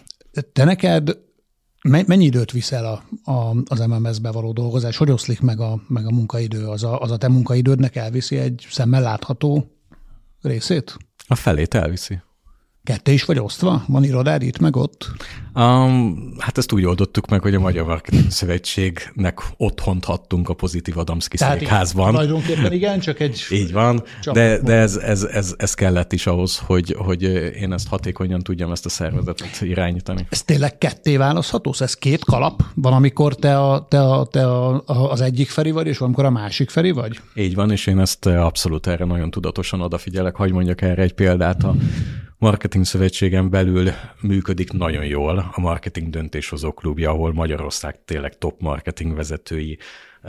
Te neked mennyi időt viszel a, a, az em em es-be való dolgozás? Hogy oszlik meg a, meg a munkaidő? Az a, az a te munkaidődnek elviszi egy szemmel látható részét? A felét elviszi. Ketté is vagy osztva? Van irodád itt, meg ott? Um, hát ezt úgy oldottuk meg, hogy a Magyar Marketing Szövetségnek otthont hattunk a Pozitív Adamski székházban. Tulajdonképpen igen, csak egy... Így van, de, de ez, ez, ez, ez kellett is ahhoz, hogy, hogy én ezt hatékonyan tudjam ezt a szervezetet irányítani. Ez tényleg ketté választható? Ez két kalap? Van, amikor te, a, te, a, te a, az egyik Feri vagy, és van, amikor a másik Feri vagy? Így van, és én ezt abszolút erre nagyon tudatosan odafigyelek. Hagy mondjak erre egy példát. A Marketing Szövetségen belül működik nagyon jól a Marketing Döntéshozó Klubja, ahol Magyarország tényleg top marketing vezetői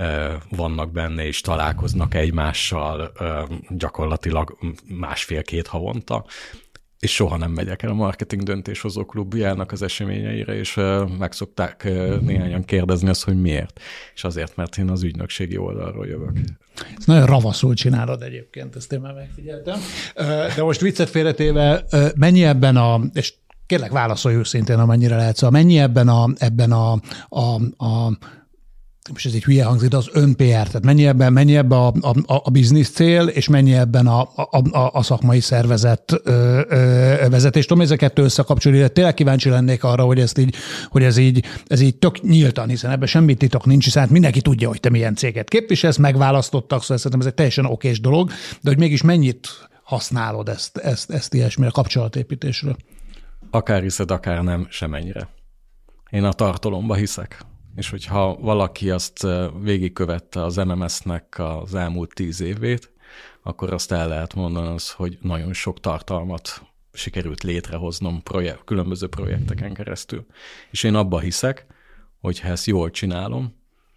vannak benne, és találkoznak egymással gyakorlatilag másfél-két havonta, és soha nem megyek el a Marketing Döntéshozó Klubjának az eseményeire, és meg szokták néhányan kérdezni azt, hogy miért. És azért, mert én az ügynökségi oldalról jövök. Ezt nagyon ravaszul csinálod egyébként, ezt én már megfigyeltem. De most viccet félretéve, mennyi ebben a, és kérlek válaszolj őszintén, amennyire lehet, szóval mennyi ebben a, ebben a, a, a most ez egy hülye hangzik, de az ön pé er, tehát mennyi ebben, mennyi ebben a, a, a biznisz cél, és mennyi ebben a, a, a, a szakmai szervezet ö, ö, vezetés. Tudom, ezeket kettő összekapcsolni, de tényleg kíváncsi lennék arra, hogy, ezt így, hogy ez, így, ez így tök nyíltan, hiszen ebben semmi titok nincs, hiszen hát mindenki tudja, hogy te milyen céget képviselsz, megválasztottak, szóval szerintem ez egy teljesen okés dolog, de hogy mégis mennyit használod ezt, ezt, ezt ilyesmire, kapcsolatépítésre? Akár hiszed, akár nem, semennyire. Én a tartalomba hiszek. És hogyha valaki azt végigkövette az em em es-nek az elmúlt tíz évét, akkor azt el lehet mondani, az, hogy nagyon sok tartalmat sikerült létrehoznom projekt, különböző projekteken keresztül. És én abba hiszek, hogy ha ezt jól csinálom,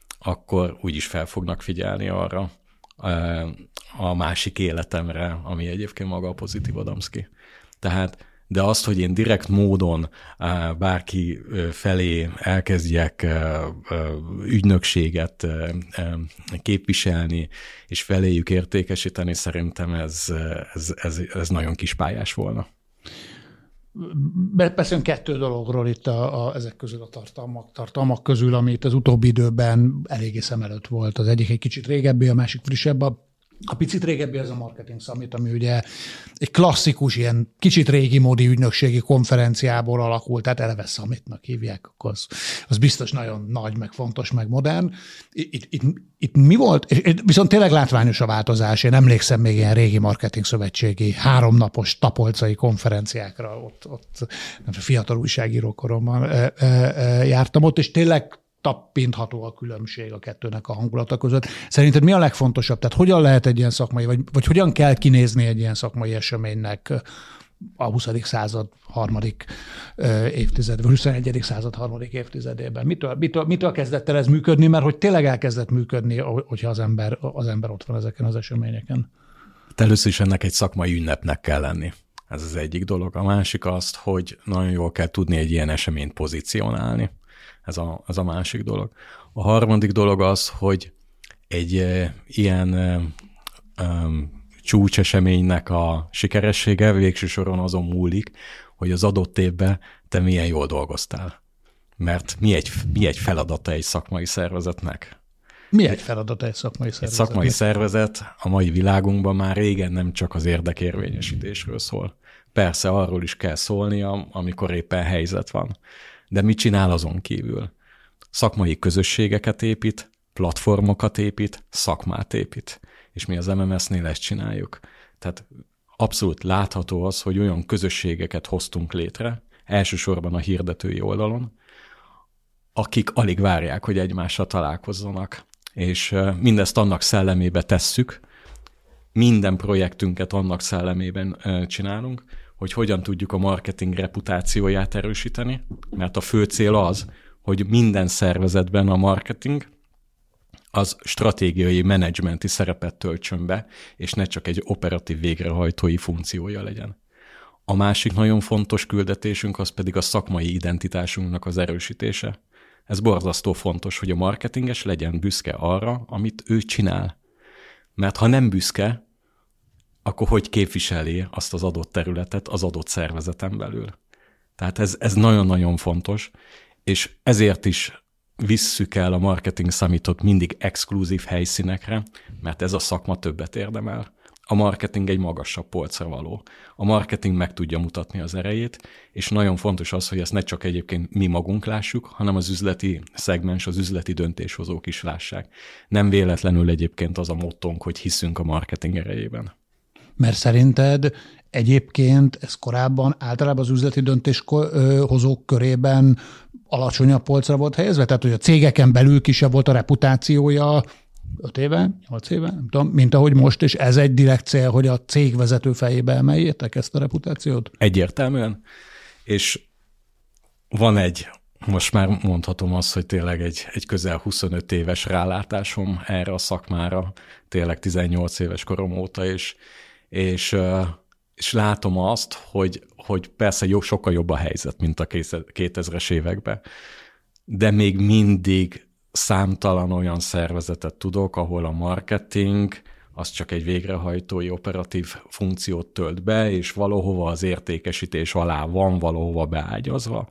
akkor úgyis fel fognak figyelni arra a másik életemre, ami egyébként maga a Pozitív Adamski. Tehát de azt, hogy én direkt módon bárki felé elkezdjek ügynökséget képviselni, és feléjük értékesíteni, szerintem ez, ez, ez, ez nagyon kispályás volna. Beszélünk kettő dologról itt a, a, ezek közül a tartalmak, tartalmak közül, amit az utóbbi időben eléggé szem előtt volt. Az egyik egy kicsit régebbi, a másik frissebb. A, a picit régebbi az a Marketing Summit, ami ugye egy klasszikus, ilyen kicsit régi módi ügynökségi konferenciából alakult, tehát eleve Summitnak hívják, akkor az, az biztos nagyon nagy, meg fontos, meg modern. Itt, itt, itt mi volt? Itt viszont tényleg látványos a változás. Én emlékszem még ilyen régi marketing szövetségi háromnapos tapolcai konferenciákra, ott, ott nem fiatal újságíró koromban e, e, e, jártam ott, és tényleg tappintható a különbség a kettőnek a hangulata között. Szerinted mi a legfontosabb? Tehát hogyan lehet egy ilyen szakmai, vagy, vagy hogyan kell kinézni egy ilyen szakmai eseménynek a huszadik század harmadik évtized, vagy huszonegyedik század harmadik évtizedében? Mitől, mitől, mitől kezdett el ez működni? Mert hogy tényleg elkezdett működni, hogyha az ember, az ember ott van ezeken az eseményeken? Először is ennek egy szakmai ünnepnek kell lenni. Ez az egyik dolog. A másik azt, hogy nagyon jól kell tudni egy ilyen eseményt pozícionálni. Ez a, ez a másik dolog. A harmadik dolog az, hogy egy e, ilyen e, e, csúcseseménynek a sikeressége végső soron azon múlik, hogy az adott évben te milyen jól dolgoztál. Mert mi egy, mi egy feladata egy szakmai szervezetnek? Mi egy feladata egy szakmai szervezetnek? Egy szakmai szervezet a mai világunkban már régen nem csak az érdekérvényesítésről szól. Persze arról is kell szólnia, amikor éppen helyzet van. De mit csinál azon kívül? Szakmai közösségeket épít, platformokat épít, szakmát épít. És mi az em em es-nél ezt csináljuk. Tehát abszolút látható az, hogy olyan közösségeket hoztunk létre, elsősorban a hirdetői oldalon, akik alig várják, hogy egymással találkozzanak. És mindezt annak szellemébe tesszük, minden projektünket annak szellemében csinálunk, hogy hogyan tudjuk a marketing reputációját erősíteni, mert a fő cél az, hogy minden szervezetben a marketing az stratégiai menedzsmenti szerepet töltsön be, és ne csak egy operatív végrehajtói funkciója legyen. A másik nagyon fontos küldetésünk az pedig a szakmai identitásunknak az erősítése. Ez borzasztó fontos, hogy a marketinges legyen büszke arra, amit ő csinál. Mert ha nem büszke, akkor hogy képviseli azt az adott területet az adott szervezeten belül. Tehát ez, ez nagyon-nagyon fontos, és ezért is visszük el a Marketing Summitot mindig exkluzív helyszínekre, mert ez a szakma többet érdemel. A marketing egy magasabb polcra való. A marketing meg tudja mutatni az erejét, és nagyon fontos az, hogy ezt ne csak egyébként mi magunk lássuk, hanem az üzleti szegmens, az üzleti döntéshozók is lássák. Nem véletlenül egyébként az a mottónk, hogy hiszünk a marketing erejében. Mert szerinted egyébként ez korábban általában az üzleti döntéshozók körében alacsonyabb polcra volt helyezve? Tehát, hogy a cégeken belül kisebb volt a reputációja öt éve, nyolc éve, nem tudom, mint ahogy most, és ez egy direkt cél, hogy a cég vezető fejébe emeljétek ezt a reputációt? Egyértelműen, és van egy, most már mondhatom azt, hogy tényleg egy, egy közel huszonöt éves rálátásom erre a szakmára, tényleg tizennyolc éves korom óta, és, és, és látom azt, hogy, hogy persze jó, sokkal jobb a helyzet, mint a kétezres években, de még mindig számtalan olyan szervezetet tudok, ahol a marketing az csak egy végrehajtói operatív funkciót tölt be, és valahova az értékesítés alá van valahova beágyazva.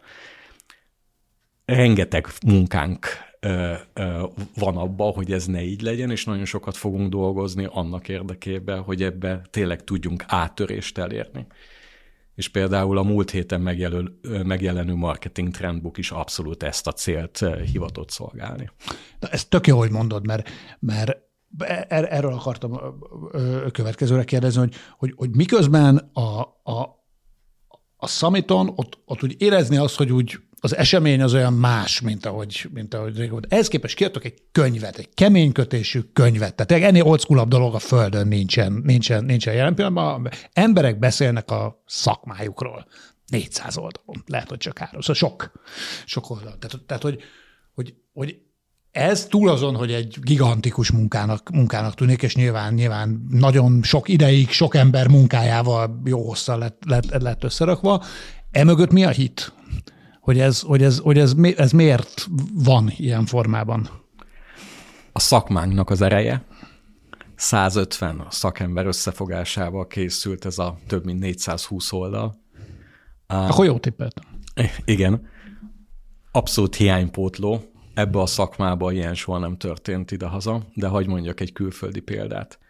Rengeteg munkánk ö, ö, van abban, hogy ez ne így legyen, és nagyon sokat fogunk dolgozni annak érdekében, hogy ebbe tényleg tudjunk áttörést elérni. És például a múlt héten megjelöl, megjelenő marketing trendbook is abszolút ezt a célt hivatott szolgálni. Na, ez tök jó, hogy mondod, mert, mert erről akartam a következőre kérdezni, hogy, hogy, hogy miközben a, a, a Summiton ott, ott úgy érezni azt, hogy úgy az esemény az olyan más, mint ahogy, mint ahogy rég volt. Ehhez képest kiadtok egy könyvet, egy keménykötésű könyvet. Tehát ennél old school-abb dolog a földön nincsen, nincsen, nincsen jelen pillanatban. Emberek beszélnek a szakmájukról. négyszáz oldalon. Lehet, hogy csak három. Szóval sok. Sok oldal. Tehát, tehát hogy, hogy, hogy Ez túl azon, hogy egy gigantikus munkának, munkának tűnik, és nyilván, nyilván nagyon sok ideig, sok ember munkájával jó hosszan lett, lett, lett összerakva. Emögött mi a hit? Hogy, ez, hogy, ez, hogy ez, ez miért van ilyen formában? A szakmánknak az ereje. százötven szakember összefogásával készült ez a több mint négyszázhúsz oldal. Akkor jó tippet. Igen. Abszolút hiánypótló. Ebbe a szakmába ilyen soha nem történt idehaza, de hagy mondjak egy külföldi példát.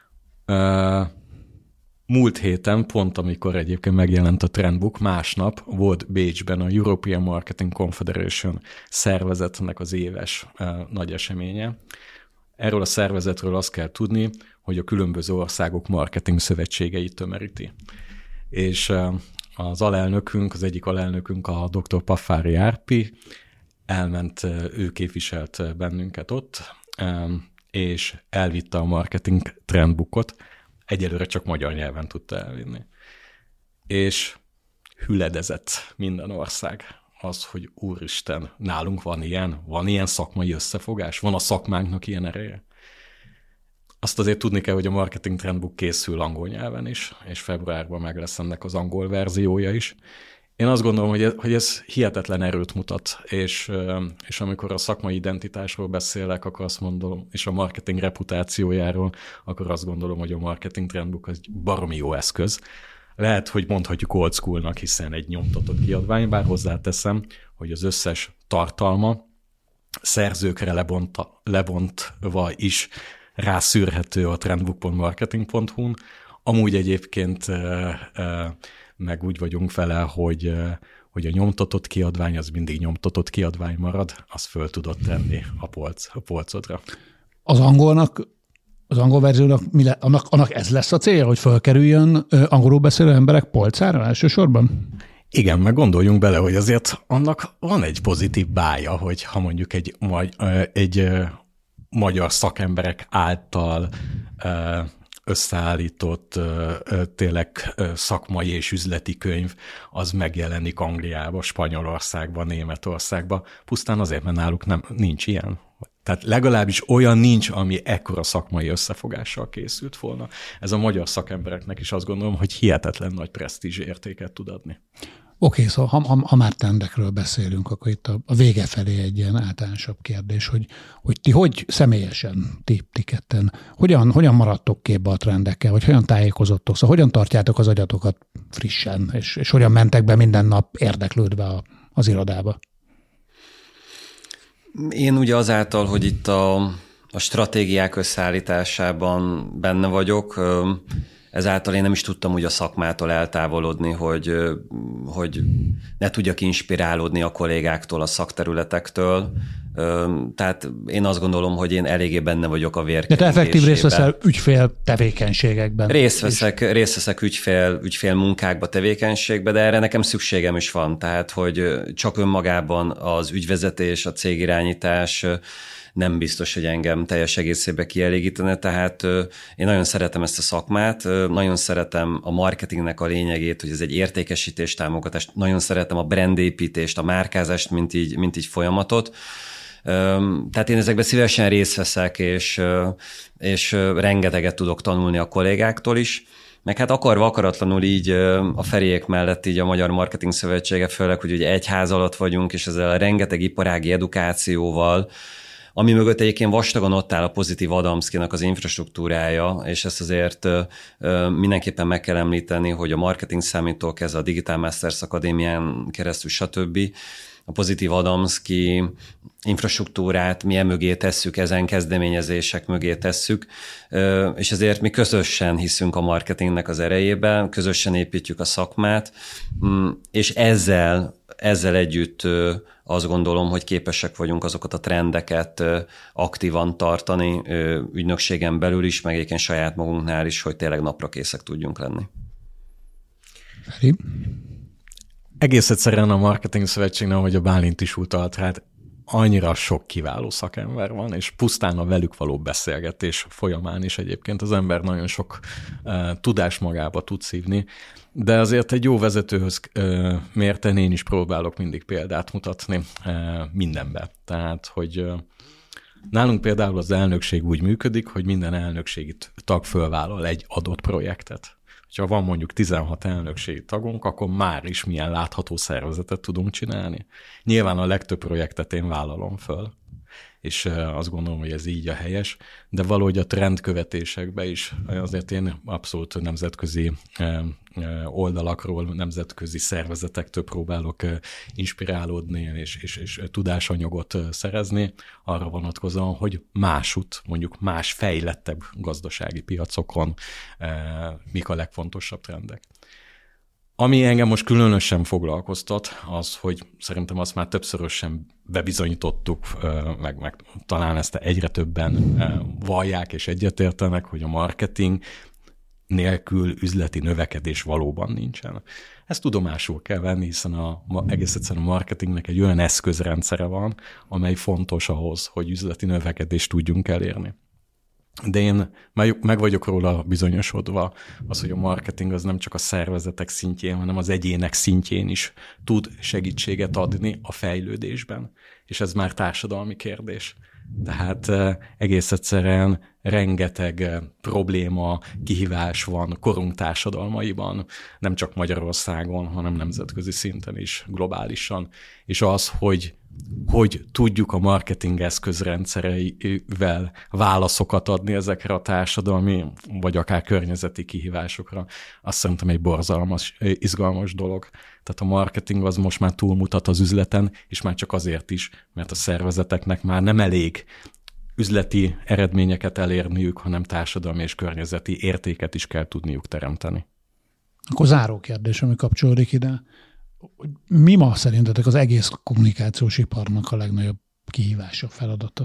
Múlt héten, pont amikor egyébként megjelent a Trendbook, másnap volt Bécsben a European Marketing Confederation szervezetnek az éves nagy eseménye. Erről a szervezetről azt kell tudni, hogy a különböző országok marketing szövetségeit tömöríti. És az alelnökünk, az egyik alelnökünk, a doktor Paffári Árpi, elment, ő képviselt bennünket ott, és elvitte a marketing trendbookot, egyelőre csak magyar nyelven tudta elvinni. És hüledezett minden ország az, hogy úristen, nálunk van ilyen, van ilyen szakmai összefogás, van a szakmánknak ilyen ereje. Azt azért tudni kell, hogy a marketing trendbook készül angol nyelven is, és februárban meg lesz ennek az angol verziója is. Én azt gondolom, hogy ez, hogy ez hihetetlen erőt mutat, és, és amikor a szakmai identitásról beszélek, akkor azt mondom, és a marketing reputációjáról, akkor azt gondolom, hogy a marketing trendbook az egy baromi jó eszköz. Lehet, hogy mondhatjuk old schoolnak, hiszen egy nyomtatott kiadvány, bár hozzáteszem, hogy az összes tartalma szerzőkre lebonta, lebontva is rászűrhető a trendbook pont marketing pont hu-n. Amúgy egyébként meg úgy vagyunk vele, hogy, hogy a nyomtatott kiadvány az mindig nyomtatott kiadvány marad, azt föl tudod tenni a, polc, a polcodra. Az angolnak, az angol verziónak mi le, annak, annak ez lesz a célja, hogy fölkerüljön angolul beszélő emberek polcára elsősorban? Igen, meg gondoljunk bele, hogy azért annak van egy pozitív bája, hogy ha mondjuk egy, egy magyar szakemberek által összeállított tényleg szakmai és üzleti könyv, az megjelenik Angliába, Spanyolországba, Németországba, pusztán azért, mert náluk nem, nincs ilyen. Tehát legalábbis olyan nincs, ami ekkora szakmai összefogással készült volna. Ez a magyar szakembereknek is azt gondolom, hogy hihetetlen nagy presztízs értéket tud adni. Oké, okay, szóval ha, ha, ha már trendekről beszélünk, akkor itt a, a vége felé egy ilyen általánosabb kérdés, hogy, hogy ti hogy személyesen, ti, ti ketten, hogyan, hogyan maradtok képbe a trendekkel, vagy hogyan tájékozottok, szóval hogyan tartjátok az agyatokat frissen, és, és hogyan mentek be minden nap érdeklődve a, az irodába? Én ugye azáltal, hogy itt a, a stratégiák összeállításában benne vagyok, ezáltal én nem is tudtam úgy a szakmától eltávolodni, hogy, hogy ne tudjak inspirálódni a kollégáktól, a szakterületektől. Tehát én azt gondolom, hogy én eléggé benne vagyok a vérkeringésében. De te effektív részt veszel ügyfél tevékenységekben. Részt veszek, részt veszek ügyfél, ügyfél munkákba, tevékenységbe, de erre nekem szükségem is van. Tehát, hogy csak önmagában az ügyvezetés, a cégirányítás nem biztos, hogy engem teljes egészében kielégítene, tehát én nagyon szeretem ezt a szakmát, nagyon szeretem a marketingnek a lényegét, hogy ez egy értékesítés támogatást, nagyon szeretem a brandépítést, a márkázást, mint így, mint így folyamatot. Tehát én ezekben szívesen részt veszek, és, és rengeteget tudok tanulni a kollégáktól is, meg hát akarva akaratlanul így a Feriék mellett így a Magyar Marketing Szövetsége, főleg, hogy ugye egy ház alatt vagyunk, és ezzel a rengeteg iparági edukációval, ami mögött egyébként vastagon ott áll a Pozitív Adamskinak az infrastruktúrája, és ezt azért mindenképpen meg kell említeni, hogy a Marketing Summit-tól kezdve a Digital Masters Akadémián keresztül, stb. A Pozitív Adamski infrastruktúrát mi mögé tesszük, ezen kezdeményezések mögé tesszük, és ezért mi közösen hiszünk a marketingnek az erejében, közösen építjük a szakmát, és ezzel, ezzel együtt azt gondolom, hogy képesek vagyunk azokat a trendeket aktívan tartani ügynökségen belül is, meg egyébként saját magunknál is, hogy tényleg napra készek tudjunk lenni. Feri? Egész egyszerűen a Marketing Szövetségnél, ahogy a Bálint is utalt, hát annyira sok kiváló szakember van, és pusztán a velük való beszélgetés folyamán is egyébként az ember nagyon sok uh, tudás magába tud szívni, de azért egy jó vezetőhöz uh, mérten én is próbálok mindig példát mutatni uh, mindenbe. Tehát, hogy uh, Nálunk például az elnökség úgy működik, hogy minden elnökségi tag fölvállal egy adott projektet. Ha van mondjuk tizenhat elnökségi tagunk, akkor már is milyen látható szervezetet tudunk csinálni. Nyilván a legtöbb projektet én vállalom föl, és azt gondolom, hogy ez így a helyes, de valahogy a trendkövetésekben is azért én abszolút nemzetközi oldalakról, nemzetközi szervezetektől próbálok inspirálódni és, és, és tudásanyagot szerezni, arra vonatkozóan, hogy másút, mondjuk más fejlettebb gazdasági piacokon mik a legfontosabb trendek. Ami engem most különösen foglalkoztat, az, hogy szerintem azt már többszörösen bebizonyítottuk, meg, meg talán ezt egyre többen vallják és egyetértenek, hogy a marketing nélkül üzleti növekedés valóban nincsen. Ezt tudomásul kell venni, hiszen a, egész egyszerűen a marketingnek egy olyan eszközrendszere van, amely fontos ahhoz, hogy üzleti növekedést tudjunk elérni. De én meg vagyok róla bizonyosodva, az, hogy a marketing az nem csak a szervezetek szintjén, hanem az egyének szintjén is tud segítséget adni a fejlődésben. És ez már társadalmi kérdés. Tehát egész egyszerűen rengeteg probléma, kihívás van korunk társadalmaiban, nem csak Magyarországon, hanem nemzetközi szinten is, globálisan. És az, hogy hogy tudjuk a marketing eszközrendszereivel válaszokat adni ezekre a társadalmi, vagy akár környezeti kihívásokra, azt szerintem egy borzalmas, izgalmas dolog. Tehát a marketing az most már túlmutat az üzleten, és már csak azért is, mert a szervezeteknek már nem elég üzleti eredményeket elérniük, hanem társadalmi és környezeti értéket is kell tudniuk teremteni. Akkor záró kérdés, ami kapcsolódik ide. Mi ma szerintetek az egész kommunikációs iparnak a legnagyobb kihívása, feladata?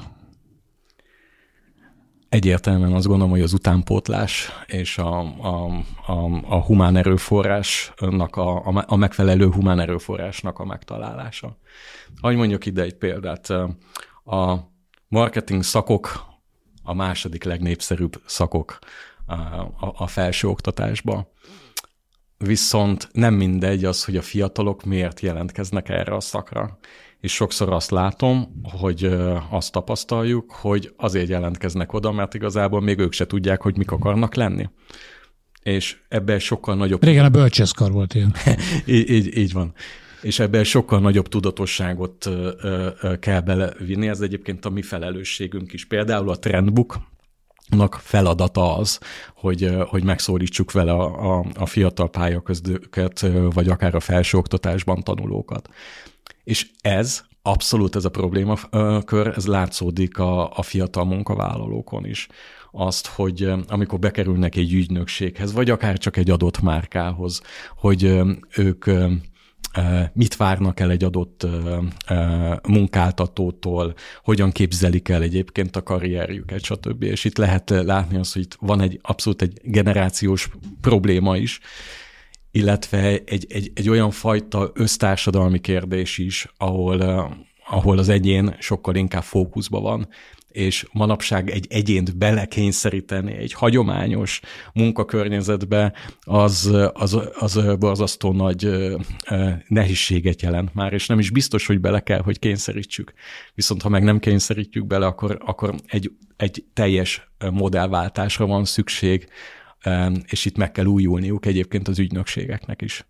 Egyértelműen azt gondolom, hogy az utánpótlás és a, a, a, a humán erőforrásnak, a, a megfelelő humán erőforrásnak a megtalálása. Hogy mondjuk ide egy példát, a marketing szakok a második legnépszerűbb szakok a, a, a felsőoktatásban. Viszont nem mindegy az, hogy a fiatalok miért jelentkeznek erre a szakra. És sokszor azt látom, hogy azt tapasztaljuk, hogy azért jelentkeznek oda, mert igazából még ők se tudják, hogy mik akarnak lenni. És ebben sokkal nagyobb... Régen a bölcsészkar volt ilyen. így, így, így van. És ebben sokkal nagyobb tudatosságot kell belevinni. Ez egyébként a mi felelősségünk is. Például a Trendbook feladata az, hogy, hogy megszólítsuk vele a, a, a fiatal pályakezdőket, vagy akár a felsőoktatásban tanulókat. És ez, abszolút ez a problémakör, ez látszódik a, a fiatal munkavállalókon is. Azt, hogy amikor bekerülnek egy ügynökséghez, vagy akár csak egy adott márkához, hogy ők mit várnak el egy adott munkáltatótól, hogyan képzelik el egyébként a karrierjüket, stb. És itt lehet látni azt, hogy itt van egy abszolút egy generációs probléma is, illetve egy, egy, egy olyan fajta össztársadalmi kérdés is, ahol, ahol az egyén sokkal inkább fókuszban van, és manapság egy egyént belekényszeríteni egy hagyományos munkakörnyezetbe, az, az, az borzasztó nagy nehézséget jelent már, és nem is biztos, hogy bele kell, hogy kényszerítsük. Viszont ha meg nem kényszerítjük bele, akkor, akkor egy, egy teljes modellváltásra van szükség, és itt meg kell újulniuk egyébként az ügynökségeknek is.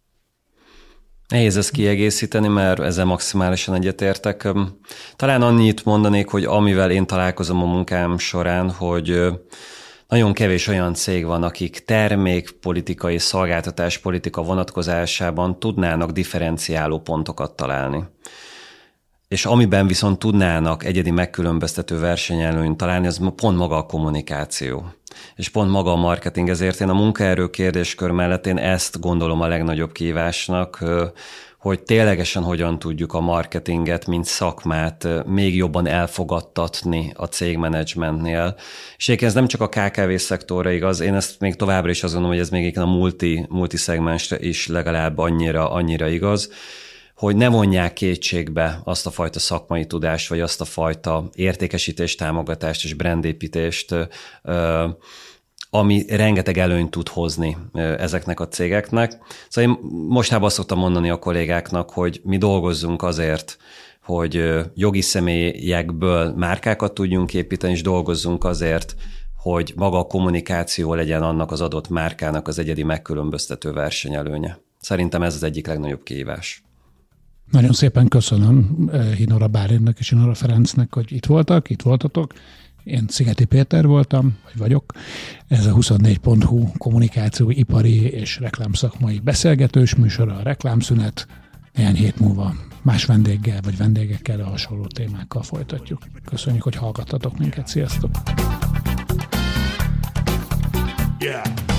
Nehéz ezt kiegészíteni, mert ezzel maximálisan egyetértek. Talán annyit mondanék, hogy amivel én találkozom a munkám során, hogy nagyon kevés olyan cég van, akik termékpolitika és szolgáltatáspolitika vonatkozásában tudnának differenciáló pontokat találni. És amiben viszont tudnának egyedi megkülönböztető versenyelőnyt találni, az pont maga a kommunikáció. És pont maga a marketing, ezért én a munkaerő kérdéskör mellett én ezt gondolom a legnagyobb kihívásnak, hogy ténylegesen hogyan tudjuk a marketinget, mint szakmát még jobban elfogadtatni a cégmenedzsmentnél. És egyébként ez nem csak a ká ká vé szektorra igaz, én ezt még továbbra is azt gondolom, hogy ez még a multi, multiszegmensre is legalább annyira, annyira igaz, hogy ne vonják kétségbe azt a fajta szakmai tudást, vagy azt a fajta értékesítést, támogatást és brandépítést, ami rengeteg előnyt tud hozni ezeknek a cégeknek. Szóval én mostában azt szoktam mondani a kollégáknak, hogy mi dolgozzunk azért, hogy jogi személyekből márkákat tudjunk építeni, és dolgozzunk azért, hogy maga a kommunikáció legyen annak az adott márkának az egyedi megkülönböztető versenyelőnye. Szerintem ez az egyik legnagyobb kihívás. Nagyon szépen köszönöm Hinora Bálintnak és Hinora Ferencnek, hogy itt voltak, itt voltatok. Én Szigeti Péter voltam, vagy vagyok. Ez a huszonnégy pont hu kommunikáció, ipari és reklámszakmai beszélgetős műsora, a Reklámszünet. Néhány hét múlva más vendéggel vagy vendégekkel a hasonló témákkal folytatjuk. Köszönjük, hogy hallgattatok minket. Sziasztok! Yeah.